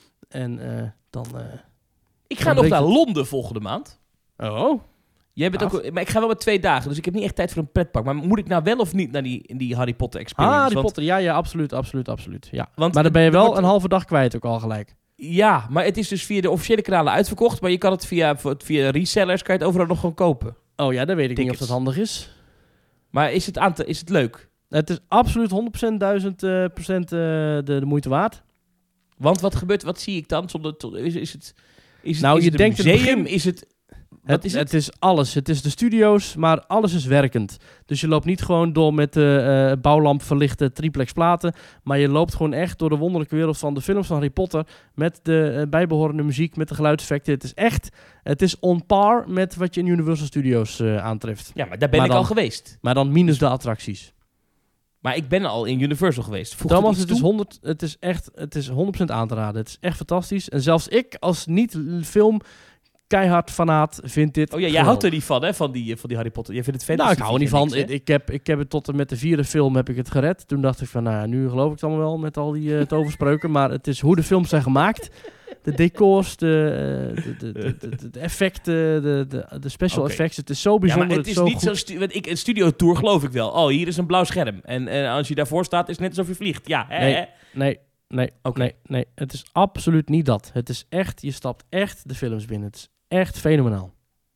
En uh, dan... Uh, ik ga nog naar het... Londen volgende maand. Oh. Jij bent ook, maar ik ga wel met twee dagen, dus ik heb niet echt tijd voor een pretpark. Maar moet ik nou wel of niet naar die, die Harry Potter experience? Ah, Harry want, Potter, ja, ja, absoluut, absoluut, absoluut. Ja. Want, maar dan ben je wel wordt, een halve dag kwijt ook al gelijk. Ja, maar het is dus via de officiële kanalen uitverkocht. Maar je kan het via, via resellers, kan je het overal nog gewoon kopen. Oh ja, dan weet ik Tickets. niet of dat handig is. Maar is het, aan te, is het leuk? Het is absoluut honderd procent, duizend procent uh, de, de moeite waard. Want wat gebeurt, wat zie ik dan? Zonder, is, is het, is het, nou, is je het denkt een museum? Het begin... Is het... Het, is het? het is alles. Het is de studio's, maar alles is werkend. Dus je loopt niet gewoon door met de uh, bouwlamp verlichte triplex platen, maar je loopt gewoon echt door de wonderlijke wereld van de films van Harry Potter met de uh, bijbehorende muziek, met de geluidseffecten. Het is echt, het is on par met wat je in Universal Studios uh, aantreft. Ja, maar daar ben maar ik dan, al geweest. Maar dan minus de attracties. Maar ik ben al in Universal geweest. Voegt Thomas, het, het, is honderd, het is echt, het is honderd procent aan te raden. Het is echt fantastisch. En zelfs ik als niet-film keihard fanaat vind dit. Oh ja, jij houdt er niet van, hè? Van die, van die Harry Potter. Jij vindt het fantasy. Nou, ik hou er niet van. Niks, ik, heb, ik heb het tot en met de vierde film heb ik het gered. Toen dacht ik van, nou ja, nu geloof ik het allemaal wel met al die uh, toverspreuken. Maar het is hoe de films zijn gemaakt. De decors, de, uh, de, de, de, de, de effecten, de, de, de special okay. effects. Het is zo bijzonder. Ja, maar het, het is, is niet zo'n stu- ik, een studiotour geloof ik wel. Oh, hier is een blauw scherm. En, en als je daarvoor staat, is het net alsof je vliegt. Ja, hè, nee, hè? nee. Nee, okay. nee, nee, het is absoluut niet dat. Het is echt, je stapt echt de films binnen. Het is echt fenomenaal.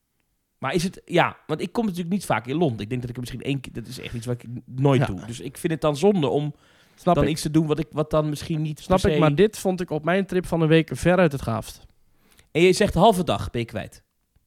Maar is het, ja, want ik kom natuurlijk niet vaak in Londen. Ik denk dat ik er misschien één keer, dat is echt iets wat ik nooit ja. doe. Dus ik vind het dan zonde om Snap dan ik. iets te doen wat ik wat dan misschien niet Snap per se... ik, maar dit vond ik op mijn trip van een week veruit het gaafst. En je zegt halve dag ben je kwijt.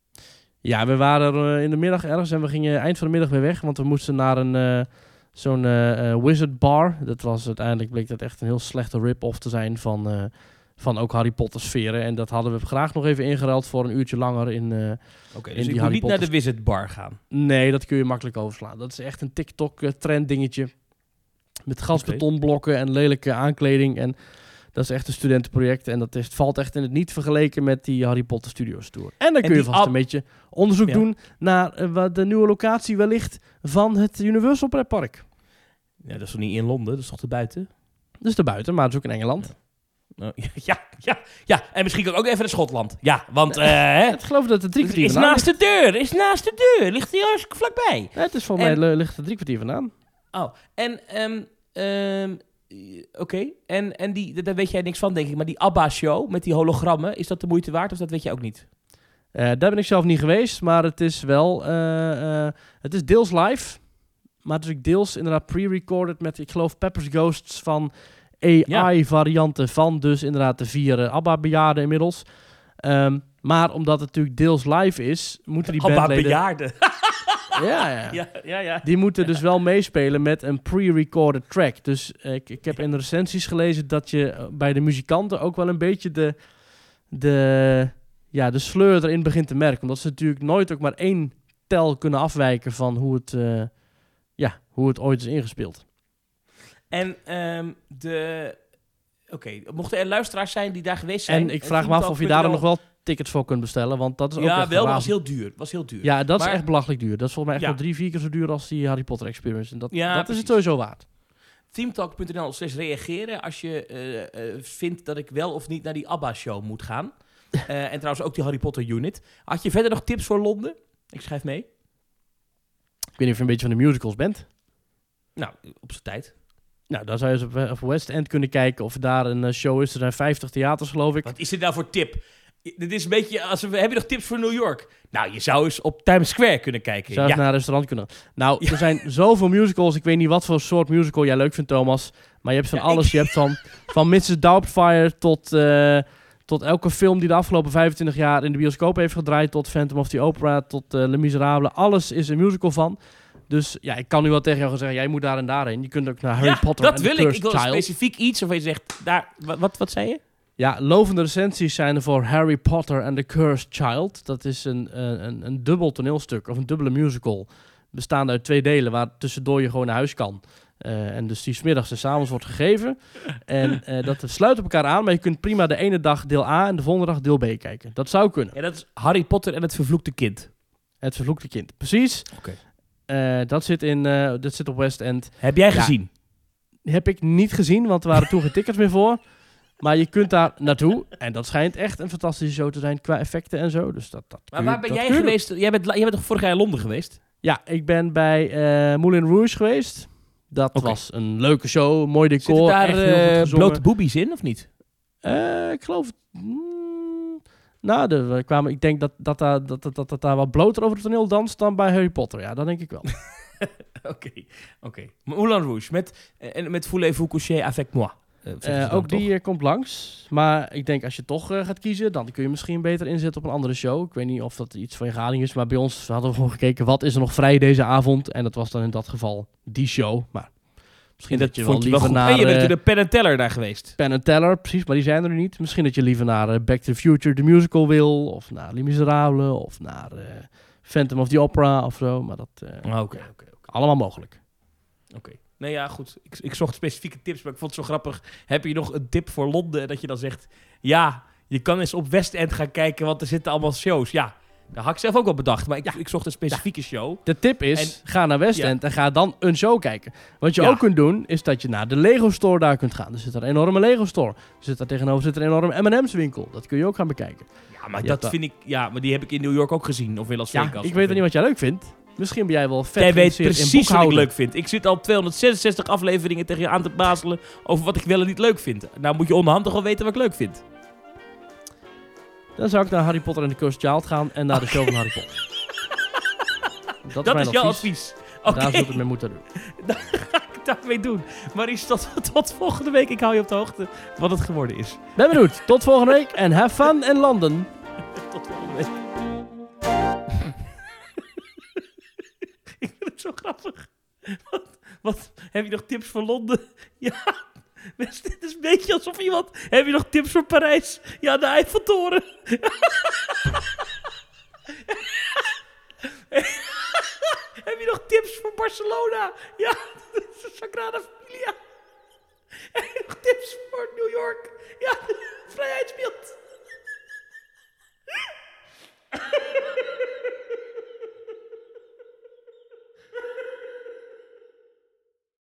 Ja, we waren er uh, in de middag ergens en we gingen eind van de middag weer weg, want we moesten naar een... Uh, Zo'n uh, uh, Wizard Bar. Dat was uiteindelijk bleek dat echt een heel slechte rip-off te zijn van, uh, van ook Harry Potter sferen. En dat hadden we graag nog even ingeruild voor een uurtje langer in uh, Oké, okay, dus ik moet niet Potter... naar de Wizard Bar gaan? Nee, dat kun je makkelijk overslaan. Dat is echt een TikTok-trend dingetje. Met gasbetonblokken en lelijke aankleding. En dat is echt een studentenproject. En dat is, valt echt in het niet vergeleken met die Harry Potter Studios Tour. En dan en kun je vast ab- een beetje onderzoek ja. doen naar uh, wat de nieuwe locatie wellicht van het Universal Pretpark. Ja, dat is toch niet in Londen? Dat is toch te buiten? Dat is te buiten, maar het is ook in Engeland. Ja, oh, ja, ja, ja. En misschien ook even naar Schotland. Ja, want... Uh, ik geloof dat het drie kwartier is naast ligt. de deur. Is naast de deur. Ligt hier hartstikke vlakbij. Ja, het is volgens en, mij ligt er drie kwartier vandaan. Oh, en... Um, um, Oké, okay. en, en die, daar weet jij niks van, denk ik. Maar die ABBA-show met die hologrammen, is dat de moeite waard of dat weet je ook niet? Uh, daar ben ik zelf niet geweest, maar het is wel... Uh, uh, het is deels live, maar het is ook deels inderdaad pre-recorded met, ik geloof, Pepper's Ghosts van A I-varianten ja. van dus inderdaad de vier uh, ABBA-bejaarden inmiddels. Um, maar omdat het natuurlijk deels live is, moeten die bandleden... ABBA-bejaarden? Ja, ja. ja, ja, ja. Die moeten ja. dus wel meespelen met een pre-recorded track. Dus uh, ik, ik heb in de recensies gelezen dat je bij de muzikanten ook wel een beetje de, de, ja, de sleur erin begint te merken. Omdat ze natuurlijk nooit ook maar één tel kunnen afwijken van hoe het, uh, ja, hoe het ooit is ingespeeld. En um, de... Oké, okay. mochten er luisteraars zijn die daar geweest zijn... En ik vraag me af of je daar dan nog wel tickets voor kunt bestellen. Want dat is ook ja, echt wel, maar was heel duur. was heel duur. Ja, dat maar, is echt belachelijk duur. Dat is volgens mij echt ja. wel drie, vier keer zo duur als die Harry Potter Experience. En dat, ja, dat is het sowieso waard. themetalk punt n l slash reageren als je uh, uh, vindt dat ik wel of niet naar die ABBA-show moet gaan. uh, en trouwens ook die Harry Potter unit. Had je verder nog tips voor Londen? Ik schrijf mee. Ik weet niet of je een beetje van de musicals bent. Nou, op zijn tijd. Nou, dan zou je eens op, op West End kunnen kijken of daar een uh, show is. Er zijn vijftig theaters, geloof ik. Wat is dit nou voor tip? Dit is een beetje, als we, heb je nog tips voor New York? Nou, je zou eens op Times Square kunnen kijken. Zou je ja. naar een restaurant kunnen. Nou, ja. er zijn zoveel musicals. Ik weet niet wat voor soort musical jij leuk vindt, Thomas. Maar je hebt van ja, alles. Ik... Je hebt van, van missus Doubtfire tot, uh, tot elke film die de afgelopen vijfentwintig jaar in de bioscoop heeft gedraaid. Tot Phantom of the Opera, tot uh, Les Miserables. Alles is een musical van. Dus ja, ik kan nu wel tegen jou gaan zeggen, jij moet daar en daarheen. Je kunt ook naar Harry ja, Potter dat en wil The ik. Cursed Ik wil Child. specifiek iets waarvan je zegt, daar, wat, wat, wat zei je? Ja, lovende recensies zijn er voor Harry Potter and the Cursed Child. Dat is een, een, een dubbel toneelstuk of een dubbele musical. Bestaande uit twee delen waar tussendoor je gewoon naar huis kan. Uh, en dus die 's middags en 's avonds wordt gegeven. En uh, dat sluit op elkaar aan, maar je kunt prima de ene dag deel A en de volgende dag deel B kijken. Dat zou kunnen. Ja, dat is Harry Potter en het vervloekte kind. Het vervloekte kind, precies. Oké. Okay. Uh, dat, zit in, uh, dat zit op West End. Heb jij ja, gezien? Heb ik niet gezien, want er waren toen geen tickets meer voor. Maar je kunt daar naartoe. En dat schijnt echt een fantastische show te zijn qua effecten en zo. Dus dat, dat maar waar je, ben jij geweest? Jij bent, jij bent toch vorig jaar in Londen geweest? Ja, ik ben bij uh, Moulin Rouge geweest. Dat okay. was een leuke show, mooi decor. Zitten daar echt uh, blote boobies in, of niet? Uh, ik geloof... Mm, nou, de, we kwamen, ik denk dat, dat, dat, dat, dat, dat daar wat bloter over het toneel danst dan bij Harry Potter. Ja, dat denk ik wel. Oké, oké. Okay. Moulin Rouge, met, uh, met Voulez-vous coucher avec moi? Uh, uh, ook die uh, komt langs. Maar ik denk als je toch uh, gaat kiezen, dan kun je misschien beter inzetten op een andere show. Ik weet niet of dat iets van je gading is, maar bij ons hadden we gewoon gekeken wat is er nog vrij deze avond. En dat was dan in dat geval die show. Maar misschien dat, dat je wel liever wel naar... En je bent uh, de Penn and Teller daar geweest. Penn and Teller, precies, maar die zijn er nu niet. Misschien dat je liever naar uh, Back to the Future, the musical wil. Of naar Les Miserables, of naar uh, Phantom of the Opera of zo. Maar dat... Uh, Oké, okay, oké. Okay, okay. Allemaal mogelijk. Oké. Okay. Nee, ja, goed. Ik, ik zocht specifieke tips, maar ik vond het zo grappig. Heb je nog een tip voor Londen? Dat je dan zegt, ja, je kan eens op West End gaan kijken, want er zitten allemaal shows. Ja, dat had ik zelf ook wel bedacht, maar ik, ja. ik zocht een specifieke ja. show. De tip is, en, ga naar West End ja. en ga dan een show kijken. Wat je ja. ook kunt doen, is dat je naar de Lego Store daar kunt gaan. Er zit een enorme Lego Store. Er zit daar tegenover zit een enorme M en M's winkel. Dat kun je ook gaan bekijken. Ja, maar je dat vind ik, ja, maar die heb ik in New York ook gezien, of in Las Vegas. Ja, ik weet er niet wat jij leuk vindt. Misschien ben jij wel vet. Jij weet precies wat ik leuk vind. Ik zit al tweehonderdzesenzestig afleveringen tegen je aan te bazelen over wat ik wel en niet leuk vind. Nou moet je onderhand toch wel weten wat ik leuk vind. Dan zou ik naar Harry Potter en the Cursed Child gaan en naar de show van Harry Potter. Dat, dat is, is jouw advies. Okay. Daar zou ik het mee moeten doen. Daar ga ik daarmee doen. Maurice, tot, tot volgende week. Ik hou je op de hoogte wat het geworden is. Ben benieuwd. Tot volgende week en have fun in London. Tot volgende week. Ik vind het zo grappig. Wat, wat, heb je nog tips voor Londen? Ja, dit is een beetje alsof iemand... Heb je nog tips voor Parijs? Ja, de Eiffeltoren. Heb je nog tips voor Barcelona? Ja, de Sagrada...